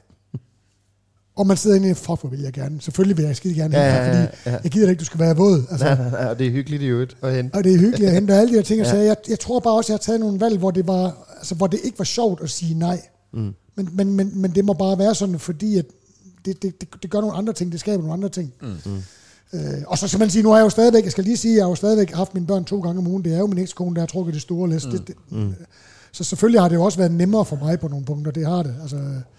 Og man sidder inde i, fuck, hvor vil jeg gerne. Selvfølgelig vil jeg skide gerne hente dig, fordi jeg gider ikke, du skal være våd. Altså. Nej, og det er hyggeligt i øvrigt at hente. Og det er hyggeligt at hente, og alle de her ting. Så jeg tror bare også, at jeg har taget nogle valg, hvor det var, altså, hvor det ikke var sjovt at sige nej. Men det må bare være sådan, fordi at det gør nogle andre ting, det skaber nogle andre ting. Og så skal man sige, nu har jeg jo stadigvæk, jeg skal lige sige, jeg har jo stadigvæk haft mine børn 2 gange om ugen. Det er jo min ekskone, der har trukket det store læs. Så selvfølgelig har det jo også været nemmere for mig på nogle punkter, det har det. Altså.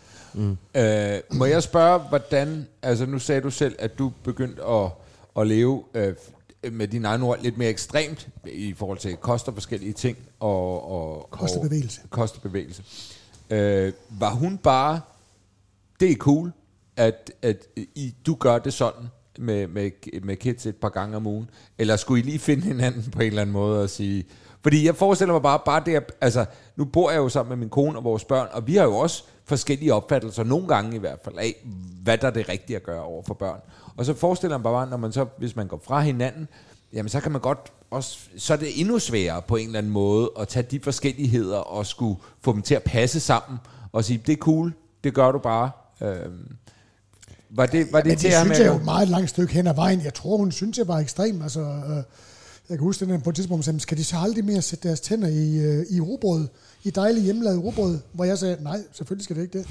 Må jeg spørge, hvordan, altså nu sagde du selv, at du begyndte at leve med dine egne ord lidt mere ekstremt i forhold til kost og forskellige ting. Og kost og bevægelse. Var hun bare, det er cool, at du gør det sådan med kids et par gange om ugen, eller skulle I lige finde hinanden på en eller anden måde og sige, fordi jeg forestiller mig bare det, altså nu bor jeg jo sammen med min kone og vores børn, og vi har jo også forskellige opfattelser, nogle gange i hvert fald, af hvad der er det rigtige at gøre over for børn. Og så forestiller man bare, når man så, hvis man går fra hinanden, jamen så kan man godt også, så er det endnu sværere på en eller anden måde at tage de forskelligheder og skulle få dem til at passe sammen og sige, det er cool, det gør du bare. Var det til det synes jeg jo et meget langt stykke hen ad vejen. Jeg tror, hun synes, jeg var ekstrem. Altså, jeg kan huske den på et tidspunkt, sagde, skal de så aldrig mere sætte deres tænder i rugbrød? I dejlige hjemmelavet rugbrød? Hvor jeg sagde, nej, selvfølgelig skal det ikke det.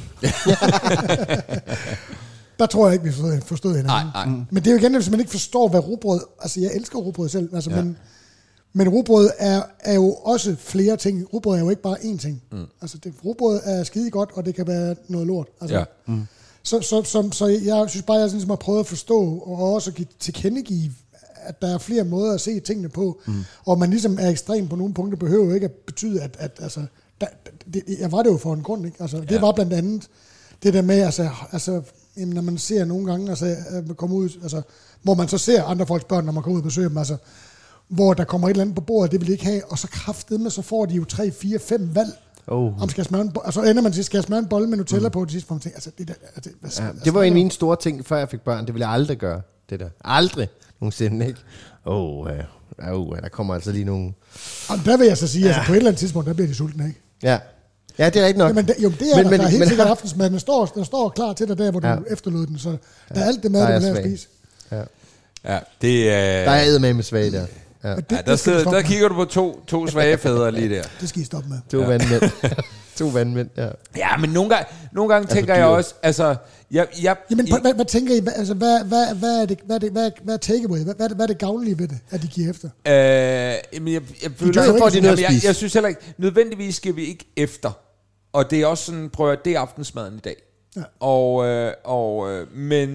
Der tror jeg ikke, vi forstod hinanden. Nej. Men det er jo igen, hvis man ikke forstår, hvad rugbrød... Altså, jeg elsker rugbrød selv, altså, men rugbrød er jo også flere ting. Rugbrød er jo ikke bare én ting. Altså, rugbrød er skide godt, og det kan være noget lort. Altså, Så jeg synes bare, jeg ligesom har prøvet at forstå, og også tilkendegive, at der er flere måder at se tingene på, og man ligesom er ekstrem på nogle punkter, behøver jo ikke at betyde, at altså, jeg var det jo for en grund, ikke? Altså, det var blandt andet det der med, altså når man ser nogle gange, altså, komme ud, altså, hvor man så ser andre folks børn, når man kommer ud og besøger dem, altså, hvor der kommer et eller andet på bordet, det vil de ikke have, og så kraftedeme, så får de jo 3, 4, 5 valg, om skal jeg smøre en altså ender man til, skal jeg smøre en bolle med Nutella på det sidste, hvor man tænker, altså, det var en af mine store ting, før jeg fik børn, det ville jeg aldrig gøre, det der. Aldrig nogensinde, ikke? Der kommer altså lige nogle... Jamen, der vil jeg så sige, altså på et eller andet tidspunkt, der bliver de sultne, ikke? Ja. Ja, det er rigtigt nok. Jamen, det er der er helt sikkert aftensmad. Den står klar til dig der, hvor du efterlod den, så der er alt det mad, du vil have at spise. Ja, det er... Der er eddermame svag der. Ja. Der kigger du på to svage fædre lige der. Det skal I stoppe med. To vandmænd, ja. Ja, men nogle gange tænker jeg også, altså... Jamen, hvad tænker I? Altså, hvad er takeaway? Hvad er det gavnlige ved det, at de giver efter? Jeg synes heller ikke, nødvendigvis skal vi ikke efter. Og det er også sådan, prøv at det er aftensmaden i dag. Ja. Men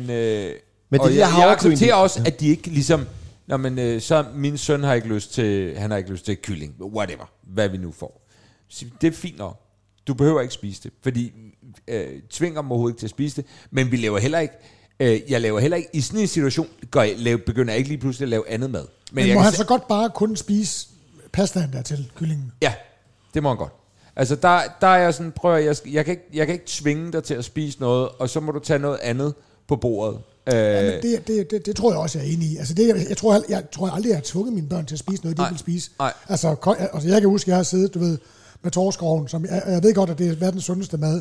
jeg accepterer også, at de ikke ligesom... Nå, men så min søn har ikke lyst til kylling, whatever, hvad vi nu får. Det er fint nok. Du behøver ikke spise det, fordi tvinger mig overhovedet ikke til at spise det, men vi laver heller ikke, jeg laver heller ikke, i sådan en situation, begynder jeg ikke lige pludselig at lave andet mad. Men må han så godt bare kun spise pastaen der til kyllingen? Ja, det må han godt. Altså der er jeg sådan, jeg kan ikke tvinge dig til at spise noget, og så må du tage noget andet på bordet. Det tror jeg også, jeg er enig i. Altså jeg tror aldrig, jeg har tvunget mine børn til at spise noget, de vil spise. Altså jeg kan huske, jeg har siddet, du ved, med torskeroven, som jeg ved godt, at det er verdens sundeste mad.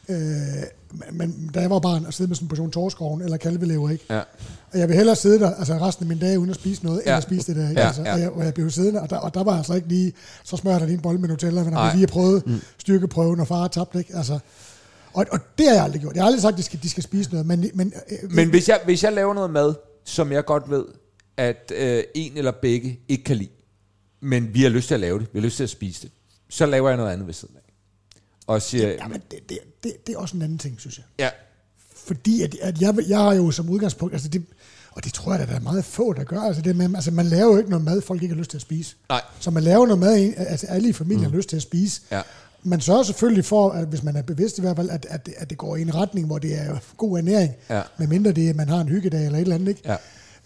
Men da jeg var barn, at sidde med sådan en portion torskeroven eller kalvelever, ikke? Ja. Og jeg vil hellere sidde der, altså resten af mine dage uden at spise noget, end at spise det der, ikke? Altså, og jeg blev siddende, og der var altså ikke lige, så smører der lige en bolle med Nutella, men jeg lige prøvet styrkeprøven, og far tabte, ikke? Altså, og det har jeg aldrig gjort. Jeg har aldrig sagt, at de skal spise noget, men hvis jeg laver noget mad, som jeg godt ved, at en eller begge ikke kan lide, men vi har lyst til at lave det, vi har lyst til at spise det, så laver jeg noget andet ved siden af. Og siger, jamen, det er også en anden ting, synes jeg. Ja. Fordi at jeg har jo som udgangspunkt, altså og det tror jeg, at der er meget få, der gør. Altså, man laver jo ikke noget mad, folk ikke har lyst til at spise. Nej. Så man laver noget mad, altså alle i familien har lyst til at spise. Ja. Man sørger selvfølgelig for, at hvis man er bevidst i hvert fald, at det går i en retning, hvor det er god ernæring, medmindre det er, man har en hyggedag eller et eller andet. Ikke? Ja.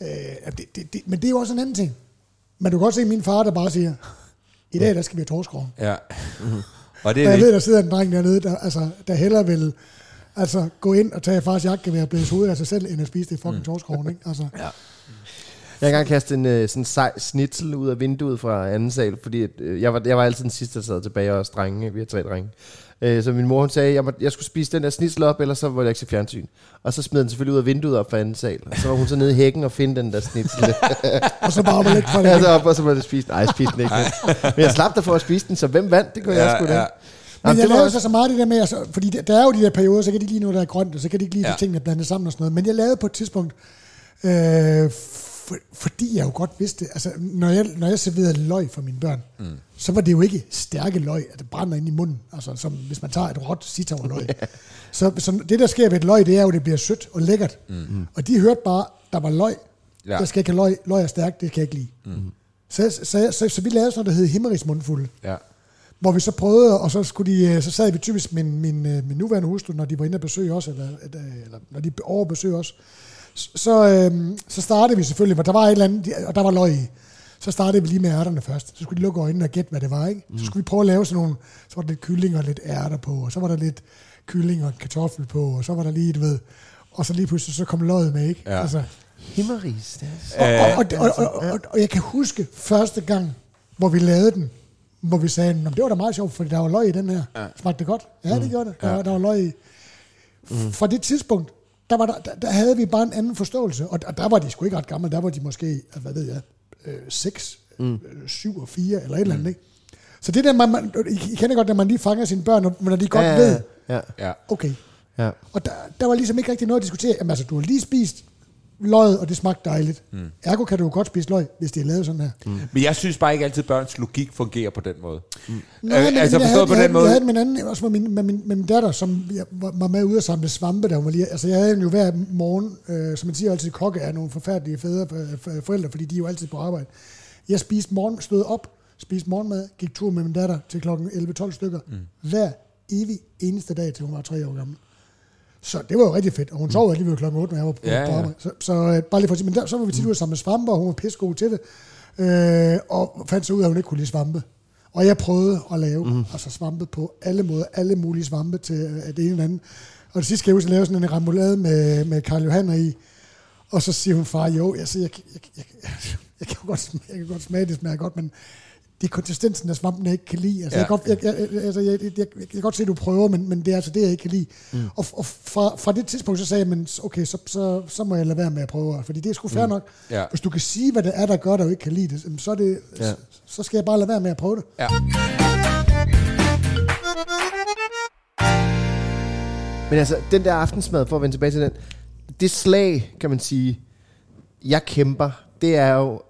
Men det er jo også en anden ting. Men du kan godt se min far, der bare siger, i dag der skal vi have torskeroven. Ja. Og jeg ved, der sidder en dreng dernede, der hellere vil gå ind og tage fars jakkegevær og blæse hovedet af sig selv, end at spise det fucking torskeroven. Ikke? Altså. Ja. Jeg har engang kastet en sådan sej snitsel ud af vinduet fra anden sal, fordi jeg var altid den sidste, der sad tilbage, og drenge. Vi har 3 drenge. Så min mor, hun sagde, at jeg skulle spise den der snitsel op, ellers så var jeg ikke se fjernsyn. Og så smed den selvfølgelig ud af vinduet op fra anden sal. Og så var hun så nede i hækken og finde den der snitsel. Og så bare lidt fra det. Ja, så op, og så var det spist. Nej, jeg spiste den ikke. Men jeg slap der for at spise den, så hvem vandt? Det kunne jeg sgu da. Men jeg lavede så meget det der med, altså, fordi der er jo de der perioder, så kan de ikke lide noget, der er grønt, og så kan de ikke lide de tingene blandet sammen og sådan noget. Men jeg lavede på et tidspunkt, fordi jeg jo godt vidste, altså når jeg serverede løg for mine børn, så var det jo ikke stærke løg, at det brænder ind i munden, altså som hvis man tager et råt sitavløg. Så det der sker ved et løg, det er jo, at det bliver sødt og lækkert. Og de hørte bare, der var løg. Ja. Jeg skal ikke have løg er stærkt, det kan jeg ikke lide. Så vi lavede sådan noget, der hed himmerigsmundfulde. Ja. Hvor vi så prøvede, og så sad vi typisk min nuværende hustru, når de var inde og besøge os, eller når de overbesøger os. Så startede vi selvfølgelig, for der var et eller andet, og der var løg i. Så startede vi lige med ærterne først. Så skulle de lukke øjnene og gætte, hvad det var, ikke? Så skulle vi prøve at lave sådan nogle, så var der lidt kylling og lidt ærter på, og så var der lidt kylling og kartoffel på, og så var der lige, du ved, og så lige pludselig så kom løget med, ikke? Ja. Altså, himmeris. Og jeg kan huske første gang, hvor vi lavede den, hvor vi sagde, det var da meget sjovt, fordi der var løg i den her. Ja. Smagte det godt? Ja, det gjorde det. Der var løg i. Fra det tidspunkt, der havde vi bare en anden forståelse, og der var de sgu ikke ret gamle, der var de måske, hvad ved jeg, 6, 7 og 4, eller et eller andet, ikke? Så det der, I kender godt, når man lige fanger sine børn, når de godt ved, okay. Ja. Og der var ligesom ikke rigtig noget at diskutere. Jamen altså, du har lige spist løget, og det smagte dejligt. Ergo kan du godt spise løg, hvis det er lavet sådan her. Men jeg synes bare ikke altid, børns logik fungerer på den måde. Nej, men altså forstået på den måde. Jeg havde med en anden, også med min datter, som var med ude og samle svampe, der var lige. Altså jeg havde jo hver morgen, som man siger altid, kokke er nogle forfærdelige forældre, fordi de er jo altid på arbejde. Jeg stod op, spiste morgenmad, gik tur med min datter til klokken 11-12 stykker, hver evig eneste dag, til hun var 3 år gammel. Så det var jo rigtig fedt, og hun sov alligevel klokken 8, når jeg var på arbejde. Så bare lige for at sige, men så var vi tit ude sammen med svampe, og hun var pissegod til det, og fandt så ud af, at hun ikke kunne lide svampe. Og jeg prøvede at lave altså svampe på alle måder, alle mulige svampe til det ene eller andet. Og det sidste skal jeg huske at lave sådan en remoulade med Karl Johanner i, og så siger hun, far, jo, jeg jeg kan godt smage, det smager godt, men det er konsistensen af svampen, jeg ikke kan lide. Altså, jeg kan godt se, at du prøver, men det er altså det, jeg ikke kan lide. Og fra det tidspunkt, så sagde jeg, men okay, så må jeg lade være med at prøve. Fordi det er sgu fair nok. Ja. Hvis du kan sige, hvad det er, der gør, der ikke kan lide det, så, er det, så skal jeg bare lade være med at prøve det. Ja. Men altså, den der aftensmad, for at vende tilbage til den, det slag, kan man sige, jeg kæmper, det er jo...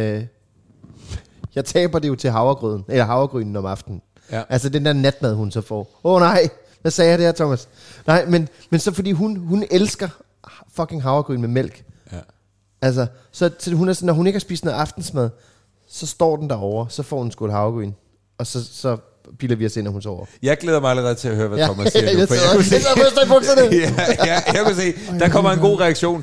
jeg taber det jo til havregrynen om aftenen. Ja. Altså den der natmad, hun så får. Nej, hvad sagde jeg der, Thomas? Nej, men så fordi hun elsker fucking havregryn med mælk. Ja. Altså, så hun er sådan, når hun ikke har spist noget aftensmad, så står den derovre, så får hun sgu et havregryn. Og så piller vi os ind, når hun sover. Jeg glæder mig allerede til at høre, hvad Thomas siger nu. Jeg kunne se, der kommer en god reaktion.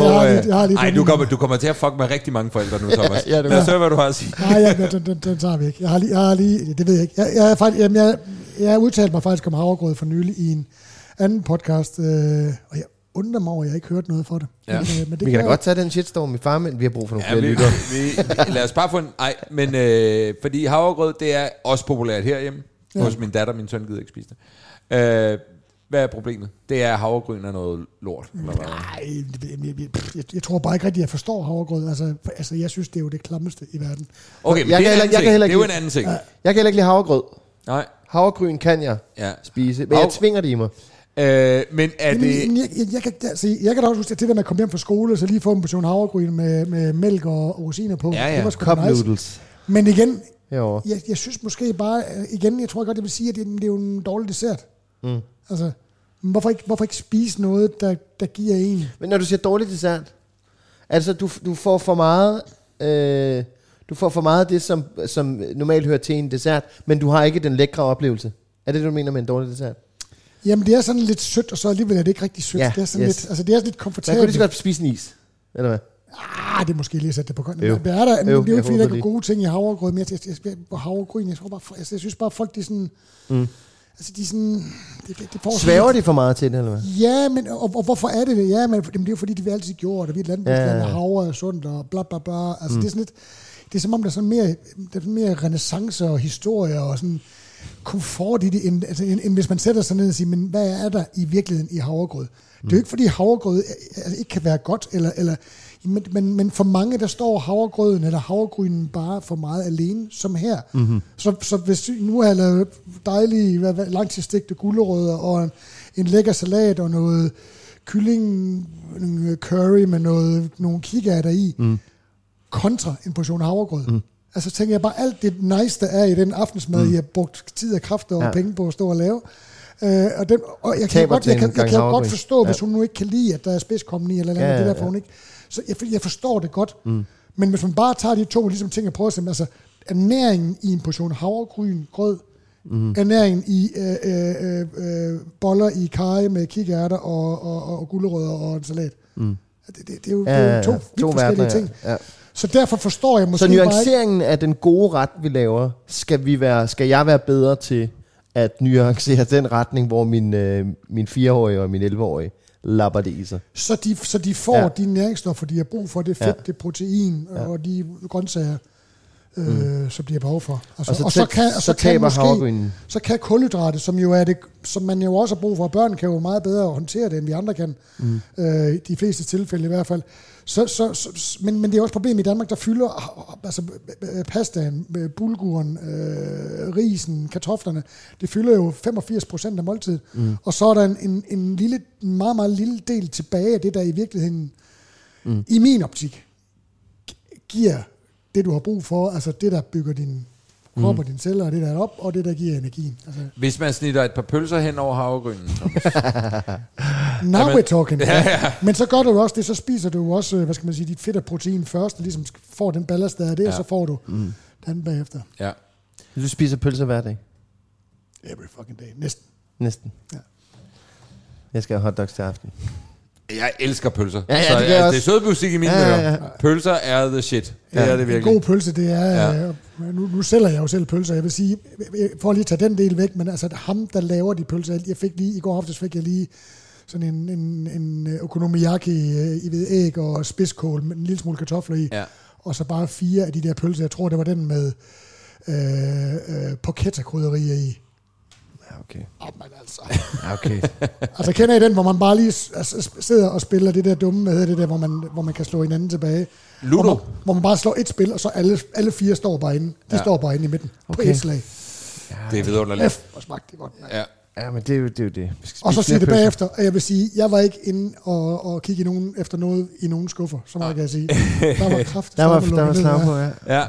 Du kommer til at fuck med rigtig mange forældre nu, Thomas. Lad os høre, hvad du har at sige. Nej, den tager vi ikke. Jeg har lige, det ved jeg ikke. Jeg har udtalt mig faktisk om havregrød for nylig i en anden podcast, og jeg undrer mig over, at jeg ikke hørte noget for det. Ja. Men vi kan da godt tage den shitstorm i farmen, vi har brug for nogle flere lyttere. Lad os bare få men fordi havregrød, det er også populært herhjemme. Hos min datter, min søn gider ikke spise det. Hvad er problemet? Det er, at havregryn er noget lort. Nej, jeg tror bare ikke rigtig, at jeg forstår havregrød. Altså, jeg synes, det er jo det klammeste i verden. Okay, men det er jo en anden ting. Jeg kan heller ikke lide havregrød. Nej. Havregryn kan jeg spise, men jeg tvinger det i mig. Men er det... Jeg kan da også huske, at det der med at komme hjem fra skole, så lige få en portion havregryn med mælk og rosiner på. Ja. Det var Cup nice. Noodles. Men igen, jeg synes måske bare, jeg tror godt, jeg vil sige, at det er jo en dårlig dessert. Altså, hvorfor ikke spise noget, der giver en? Men når du siger dårlig dessert, altså du får for meget... Du får for meget af det, som normalt hører til en dessert, men du har ikke den lækre oplevelse. Er det, du mener med en dårlig dessert? Jamen, det er sådan lidt sødt, og så alligevel er det ikke rigtig sødt. Ja, det er sådan lidt, altså det er lidt komfortabelt. Man kunne lige så godt spise en is, eller hvad? Det er måske lige at sætte det på grøn. Det er jo ikke fordi, der er gode ting i havregrød, men på havregryn, jeg synes bare, folk de sådan... Altså de sådan... Svæver de for meget til det, eller hvad? Ja, men og hvorfor er det? Ja, men det er jo fordi, de vil altid gjort, og vi er et landbrugsland, og havre er sundt, og bla bla bla. Altså det er sådan lidt... Det er som om, der er sådan mere renaissance og historie og sådan komfort i det, end hvis man sætter sig ned og siger, men hvad er der i virkeligheden i havregrød? Det er jo ikke, fordi havregrød ikke kan være godt, men for mange, der står havregrøden eller havregrynen bare for meget alene, som her. Mm-hmm. Så hvis nu har jeg lavet dejlige langtidsstegte gulerødder og en lækker salat og noget kylling curry med nogle kikærter i, kontra en portion havregrød. Altså tænker jeg bare, alt det nice, der er i den aftensmad, jeg har brugt tid og kræfter og penge på at stå og lave. Og jeg kan godt forstå, hvis hun nu ikke kan lide, at der er spidskommen i, eller andet, det der for hun ikke. Så jeg forstår det godt. Men hvis man bare tager de to ligesom ting og prøver at se, altså ernæringen i en portion havregryn, grød, ernæringen i boller i karry med kikærter og gulerødder og en salat. Det er jo to vidt forskellige ting. Ja. Så derfor forstår jeg måske. Så nuanceringen af den gode ret, vi laver, skal jeg være bedre til at nuancere den retning, hvor min 4-årige og min 11-årige lapper det i sig. Så de får de næringsstoffer, de har brug for, det fedt, det protein og de grøntsager, som de har behov for. Altså, så kan kulhydrater, som jo er det, som man jo også har brug for, børn kan jo meget bedre håndtere det, end vi andre kan. De fleste tilfælde i hvert fald. Men det er også et problem i Danmark, der fylder altså pastaen, bulguren, risen, kartoflerne, det fylder jo 85% af måltiden. Og så er der en lille, meget, meget lille del tilbage af det, der i virkeligheden, i min optik, giver det, du har brug for, altså det, der bygger din krop og dine celler, og det, der er op, og det, der giver energien. Altså. Hvis man snitter et par pølser hen over havregrynen. Now we're talking. Ja. Men så gør du også det, så spiser du også, hvad skal man sige, dit fedt og protein først, og ligesom får den ballast, der er det, og så får du den bagefter. Ja. Du spiser pølser hver dag? Every fucking day. Næsten. Ja. Jeg skal have hotdogs til aften. Jeg elsker pølser. Ja, det er sød musik i mine ører. Pølser er the shit. Det er det virkelig. En god pølse, det er... Nu sælger jeg jo selv pølser. Jeg vil sige, for lige at tage den del væk, men altså ham, der laver de pølser, jeg fik lige, i går aftes fik jeg lige sådan en okonomiyaki i æg og spidskål med en lille smule kartofler i. Ja. og så bare 4 af de der pølser. Jeg tror, det var den med porchetta-krydderier i. Ja, okay. Men altså. Ja, okay. Altså kender I den, hvor man bare lige sidder og spiller det der dumme, hvad hedder det der, hvor man kan slå hinanden tilbage? Ludo. Hvor man bare slår et spil, og så alle 4 står bare inde. De står bare inde i midten. Okay. På et slag. Ja, det er vidunderligt. Hvor smagte det godt. Ja, men det er jo det. Og så siger det bagefter, og jeg vil sige, jeg var ikke inde og kigge efter noget i nogen skuffer, så meget kan jeg sige. Der var kraft. Der var slag på,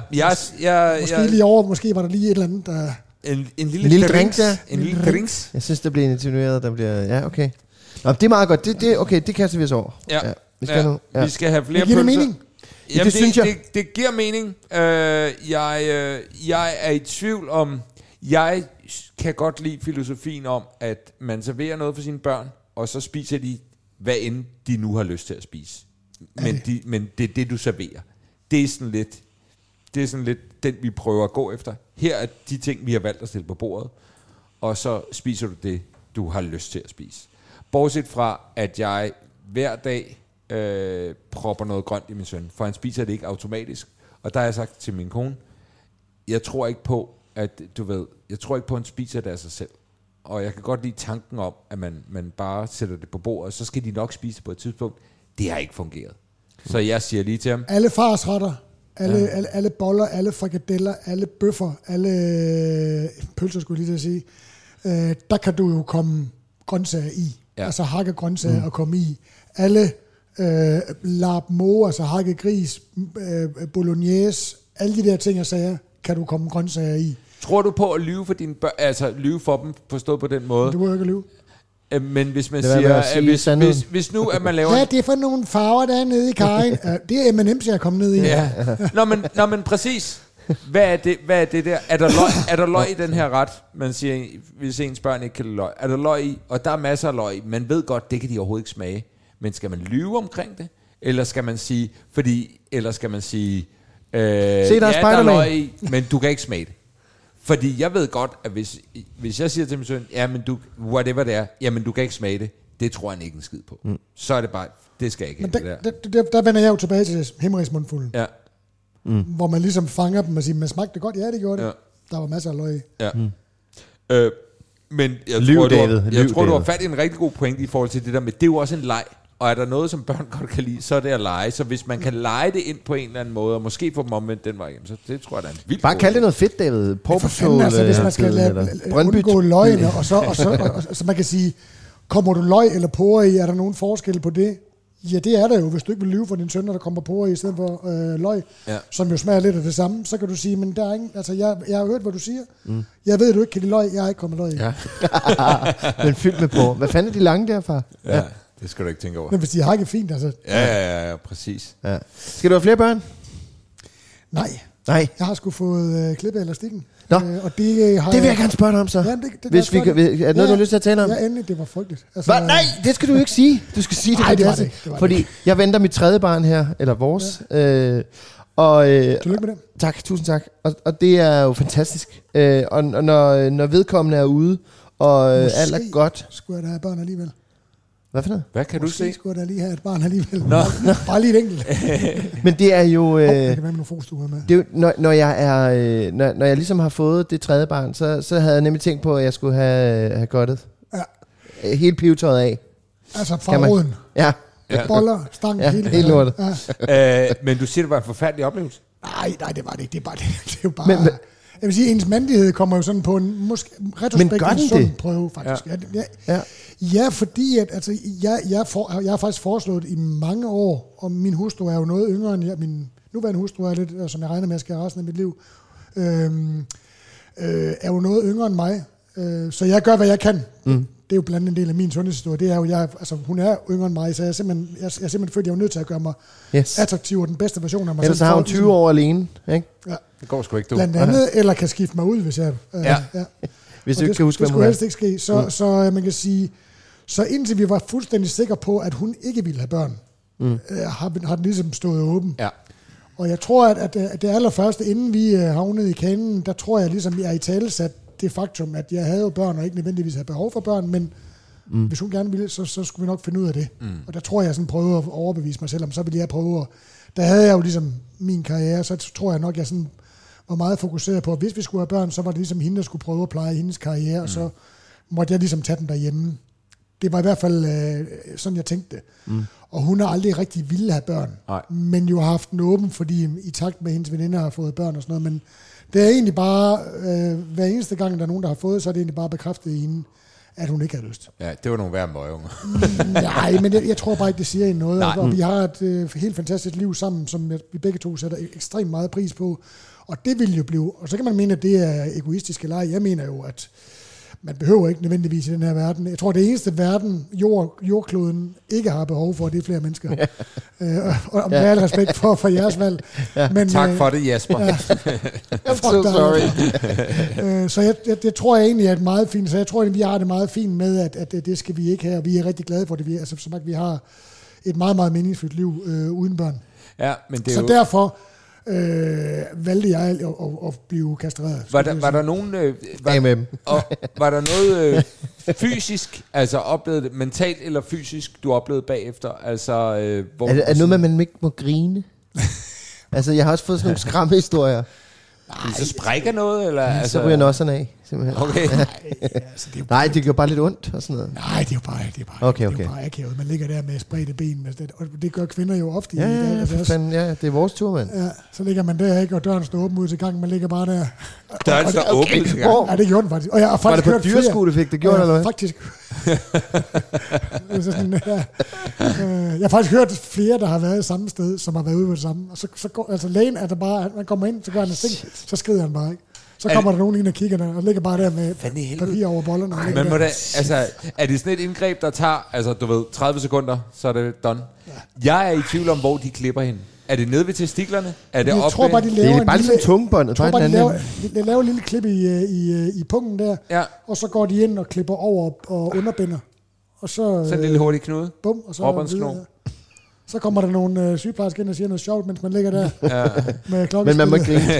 ja. Måske var der lige et eller andet, der... En lille drink der. En lille drinks. Jeg synes, der bliver insinueret, der bliver... Ja, okay. Nå, det er meget godt. Okay, det kaster vi os over. Ja. Vi skal have flere pølser. Det giver mening? Jamen, det synes jeg. Det giver mening. Jeg er i tvivl om... Jeg kan godt lide filosofien om, at man serverer noget for sine børn, og så spiser de, hvad end de nu har lyst til at spise. Men det er det, du serverer. Det er sådan lidt den, vi prøver at gå efter. Her er de ting, vi har valgt at stille på bordet, og så spiser du det, du har lyst til at spise. Bortset fra, at jeg hver dag propper noget grønt i min søn, for han spiser det ikke automatisk. Og der har jeg sagt til min kone, jeg tror ikke på, at han spiser det af sig selv. Og jeg kan godt lide tanken om, at man bare sætter det på bordet, og så skal de nok spise det på et tidspunkt. Det har ikke fungeret. Så jeg siger lige til ham. Alle farsretter, alle boller, alle frikadeller, alle bøffer, alle pølser, skulle jeg lige til at sige. Der kan du jo komme grøntsager i. Ja. Altså hakke grøntsager og komme i. Alle labmo, altså hakke gris, bolognese, alle de der ting, jeg sagde, kan du komme grøntsager i. Tror du på at lyve for dine børn, altså lyve for dem, forstået på den måde? Du må jo ikke lyve. Men hvis man siger, hvis nu at man laver... Hvad er det for nogle farver, der er nede i karren? Det er M&M's, jeg er kommet ned i. Ja. Nå, men præcis. Hvad er det der? Er der løg i den her ret? Man siger, hvis ens børn ikke kan lide løg. Er der løg i? Og der er masser af løg i. Man ved godt, det kan de overhovedet ikke smage. Men skal man lyve omkring det? Eller skal man sige... Se, der er løg i, men du kan ikke smage det. Fordi jeg ved godt, at hvis jeg siger til min søn, jamen du, whatever det er, jamen du kan ikke smage det, det tror han ikke en skid på. Så er det bare, det skal jeg ikke. Men der vender jeg jo tilbage til himmerigsmundfulden. Ja. Hvor man ligesom fanger dem og siger, man smagte det godt? Ja, det gjorde det. Ja. Der var masser af løg i. Ja. Men jeg tror, du har fat i en rigtig god pointe i forhold til det der med, det er jo også en leg. Og er der noget, som børn godt kan lide, så er det at lege. Så hvis man kan lege det ind på en eller anden måde, og måske få dem omvendt den vej, så det tror jeg, der er en vild. Bare kald det noget fedt, David. Paw altså, hvis man skal undgå løgene, og så man kan sige, kommer du løg eller porre i, er der nogen forskel på det? Ja, det er der jo. Hvis du ikke vil lyve for din søn, der kommer porre i stedet for løg, som jo smager lidt af det samme, så kan du sige, men der er ingen, altså jeg har hørt, hvad du siger. Jeg ved, at du ikke kan lide løg, jeg har ikke kommet løg i. Ja. Men fyldt med porre. Hvad fanden er de lange derfra? Ja. Det skal du ikke tænke over. Men hvis de har ikke fint, altså. Ja, præcis. Ja. Skal du have flere børn? Nej. Jeg har sgu fået klippet elastikken. Nå, og det vil jeg gerne spørge dig om så. Ja, hvis vi kan, er det noget, du har lyst til at tale om? Ja, endelig, det var frygteligt. Altså, nej, det skal du jo ikke sige. Du skal sige det. Nej, det var fordi jeg venter mit 3. barn her, eller vores. Ja. Tillykke med det. Tak, tusind tak. Og det er jo fantastisk. Og når vedkommende er ude, og alt er godt. Skulle jeg da have børn alligevel? Hvad for noget? Hvad kan du se? Skulle jeg da lige have et barn alligevel. Nå. Bare lige et enkelt. Men det er jo... det kan være med nogle fostuer med. Det er jo, når jeg ligesom har fået det 3. barn, så havde jeg nemlig tænkt på, at jeg skulle have godtet. Ja. Helt pivetøjet af. Altså fra roden. Ja. Boller, stang, helt lortet. Ja. Men du siger, det var en forfærdelig oplevelse? Nej, det var det ikke. Det er jo bare... Jeg vil sige, ens mandighed kommer jo sådan på en måske retrospektiv sund prøve, faktisk. Ja, fordi at, altså, jeg har faktisk foreslået i mange år, og min hustru er jo noget yngre end jeg. Min nuværende hustru er lidt, som jeg regner med, at jeg skal have resten af mit liv, er jo noget yngre end mig. Så jeg gør, hvad jeg kan. Det er jo blandt andet en del af min sundhedshistorie. Det er jo, hun er yngre end mig, så jeg er simpelthen følt, at jeg er nødt til at gøre mig attraktiv og den bedste version af mig selv. Ellers har hun 20 år alene, ikke? Ja. Det går sgu ikke, du. Blandt andet, eller kan skifte mig ud, hvis jeg... Hvis du ikke kan huske, det skulle helst ikke ske. Så man kan sige, så indtil vi var fuldstændig sikre på, at hun ikke ville have børn, har den ligesom stået åben. Ja. Og jeg tror, at det allerførste, inden vi havnede i kanen, der tror jeg ligesom, jeg er i talesat det faktum, at jeg havde børn, og ikke nødvendigvis havde behov for børn, men Hvis hun gerne ville, så skulle vi nok finde ud af det. Og der tror jeg sådan prøve at overbevise mig selv om, så ville jeg prøve. Der havde jeg jo ligesom min karriere, så tror jeg nok, jeg sådan var meget fokuseret på, at hvis vi skulle have børn, så var det ligesom hende, der skulle prøve at pleje hendes karriere, og så måtte jeg ligesom tage den derhjemme. Det var i hvert fald sådan, jeg tænkte det. Og hun har aldrig rigtig ville have børn, men jo har haft den åben, fordi i takt med hendes veninder har fået børn og sådan noget. Men det er egentlig bare, hver eneste gang, der er nogen, der har fået, så er det egentlig bare bekræftet i hende, at hun ikke har lyst. Ja, det var nogle værre møgunger. Nej, men jeg tror bare ikke, det siger hende noget. Og vi har et helt fantastisk liv sammen, som vi begge to sætter ekstremt meget pris på. Og det vil jo blive, og så kan man mene, at det er egoistisk eller ej. Jeg mener jo, at man behøver ikke nødvendigvis i den her verden. Jeg tror, det eneste verden, jordkloden ikke har behov for, det er flere mennesker. Og med al respekt for jeres valg. Men, tak for det, Jesper. I'm so sorry. Så jeg tror egentlig, er meget fint. Så jeg tror, at vi har det meget fint med, at det skal vi ikke have, og vi er rigtig glade for det. Altså, som sagt, vi har et meget, meget meningsfyldt liv uden børn. Ja, men det er så jo... derfor valgte jeg at blive kastreret. Var der nogen... var der noget fysisk, altså oplevet det, mentalt eller fysisk, du oplevede bagefter? Altså, hvor er det noget med, at man ikke må grine? Altså, jeg har også fået sådan nogle skræmmehistorier. Så sprækker noget, eller? Altså, så ryger nosserne af, simpelthen. Okay. Nej, det gør bare lidt ondt og sådan noget. Nej, det er jo bare okay. Det er jo bare akavet. Man ligger der med spredte ben, og det gør kvinder jo ofte. Ja, det er vores tur, mand. Ja, så ligger man der, ikke, og døren står åben ud til gangen, man ligger bare der. Døren står åben ud til gangen? Ja, det gjorde den faktisk. Og jeg har faktisk var det på dyrskue, du fik det gjort, eller hvad? Faktisk. Jeg har faktisk hørt flere, der har været samme sted, som har været ude på det samme. Og så går, altså lægen er der bare, man kommer ind, så gør han en sting, så skrider han bare, ikke? Så kommer der nogen ind og kigger der, og ligger bare der med papir over bollerne. Men må det, altså, er det sådan et indgreb, der tager, altså du ved, 30 sekunder, så er det done? Ja. Jeg er i tvivl om, hvor de klipper hende. Er det nede ved testiklerne? Er det jeg tror bare, de laver det er bare ligesom tungebåndet. Jeg tror bare, de laver en lille klip i pungen der, og så går de ind og klipper over og underbinder. Og så en lille hurtig knude. Bum, og så så kommer der nogle sygeplejersker ind og siger noget sjovt, mens man ligger der med klokken. Men man må grine.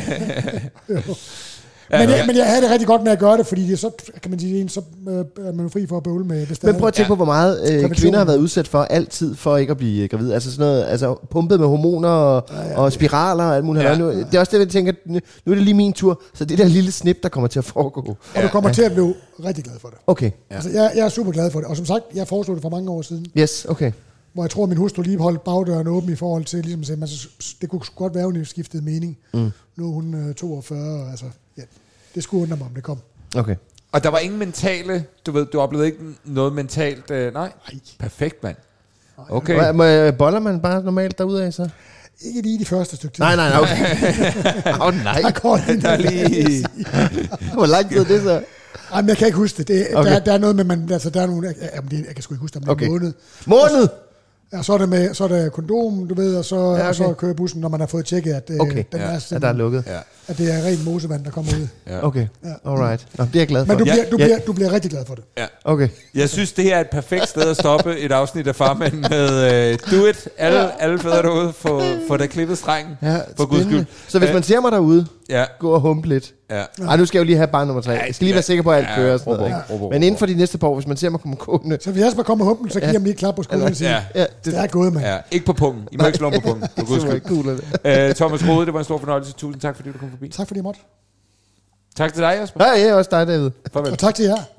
Men jeg havde det rigtig godt med at gøre det, fordi det så kan man sige, så er man fri for at bøvle med. Men prøv at tænke på, hvor meget kvinder har været udsat for altid for ikke at blive gravid. Altså sådan noget, altså pumpet med hormoner og spiraler og alt muligt. Ja. Det er også det, jeg tænker, nu er det lige min tur, så det der lille snip, der kommer til at foregå. Og du kommer til at blive rigtig glad for det. Okay. Ja. Altså, jeg er super glad for det. Og som sagt, jeg foreslog det for mange år siden. Yes, okay. Hvor jeg tror, at min hustru lige holdt bagdøren åben i forhold til, ligesom at sige, altså, det kunne godt være, at hun skiftede mening. Nu er hun 42, altså, ja. Det skulle undre mig, om det kom. Okay. Og der var ingen mentale, du oplevede ikke noget mentalt, nej? Perfekt, mand. Okay. Boller man bare normalt derudad, så? Ikke lige de første stykke tid. Nej, okay. Nej. Der er lige... Hvor lang tid er det så? Jamen, jeg kan ikke huske det. Okay. Der er noget med, der er nogle... jeg kan sgu ikke huske, om det er en måned. Måned? Ja, så er der kondom, du ved, og så kører bussen, når man har fået tjekket, at den at der er lukket. Ja. At det er rent mosevand, der kommer ud. Ja. Okay, alright. Nå, det er jeg glad for. Men du bliver rigtig glad for det. Ja. Okay. Jeg synes, det her er et perfekt sted at stoppe et afsnit af Farmand med do it. Alle fædre derude, få da klippet strengen. Ja, for guds skyld. Så hvis man ser mig derude, gå og humpe lidt. Ja. Ej, nu skal jeg jo lige have barn nummer 3. Jeg skal lige være sikker på, at alt kører og sådan noget. Men inden for de næste par år, hvis man ser mig komme gående... Så hvis jeg skal komme og humpe, så giver jeg lige et klap på skulderen og siger, det er gået, mand. Ja, ikke på pungen. I må ikke slå på pungen. For guds skyld. Thomas Rode, det var en stor fornøjelse. Tusind tak, fordi du kom forbi. Tak fordi jeg måtte. Tak til dig, Jesper. Ja, også dig, David. Farvel. Og tak til jer.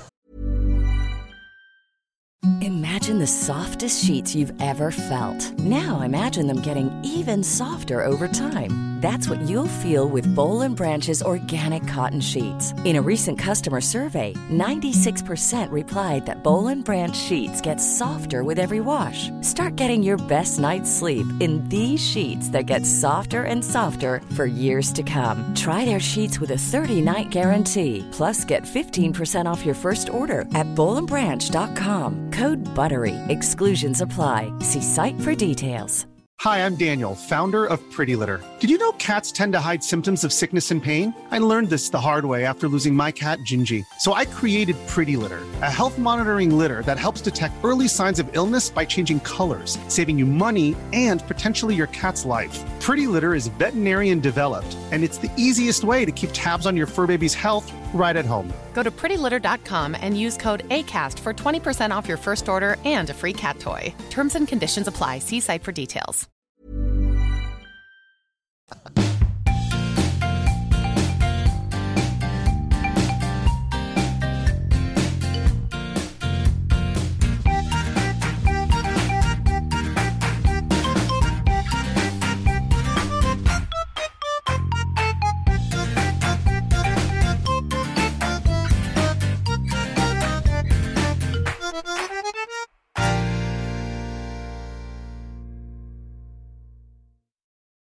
Imagine the softest sheets you've ever felt. Now imagine them getting even softer over time. That's what you'll feel with Boll & Branch's organic cotton sheets. In a recent customer survey, 96% replied that Boll & Branch sheets get softer with every wash. Start getting your best night's sleep in these sheets that get softer and softer for years to come. Try their sheets with a 30-night guarantee. Plus, get 15% off your first order at bollandbranch.com. Code BUTTERY. Exclusions apply. See site for details. Hi, I'm Daniel, founder of Pretty Litter. Did you know cats tend to hide symptoms of sickness and pain? I learned this the hard way after losing my cat, Gingy. So I created Pretty Litter, a health monitoring litter that helps detect early signs of illness by changing colors, saving you money and potentially your cat's life. Pretty Litter is veterinarian developed, and it's the easiest way to keep tabs on your fur baby's health right at home. Go to prettylitter.com and use code ACAST for 20% off your first order and a free cat toy. Terms and conditions apply. See site for details.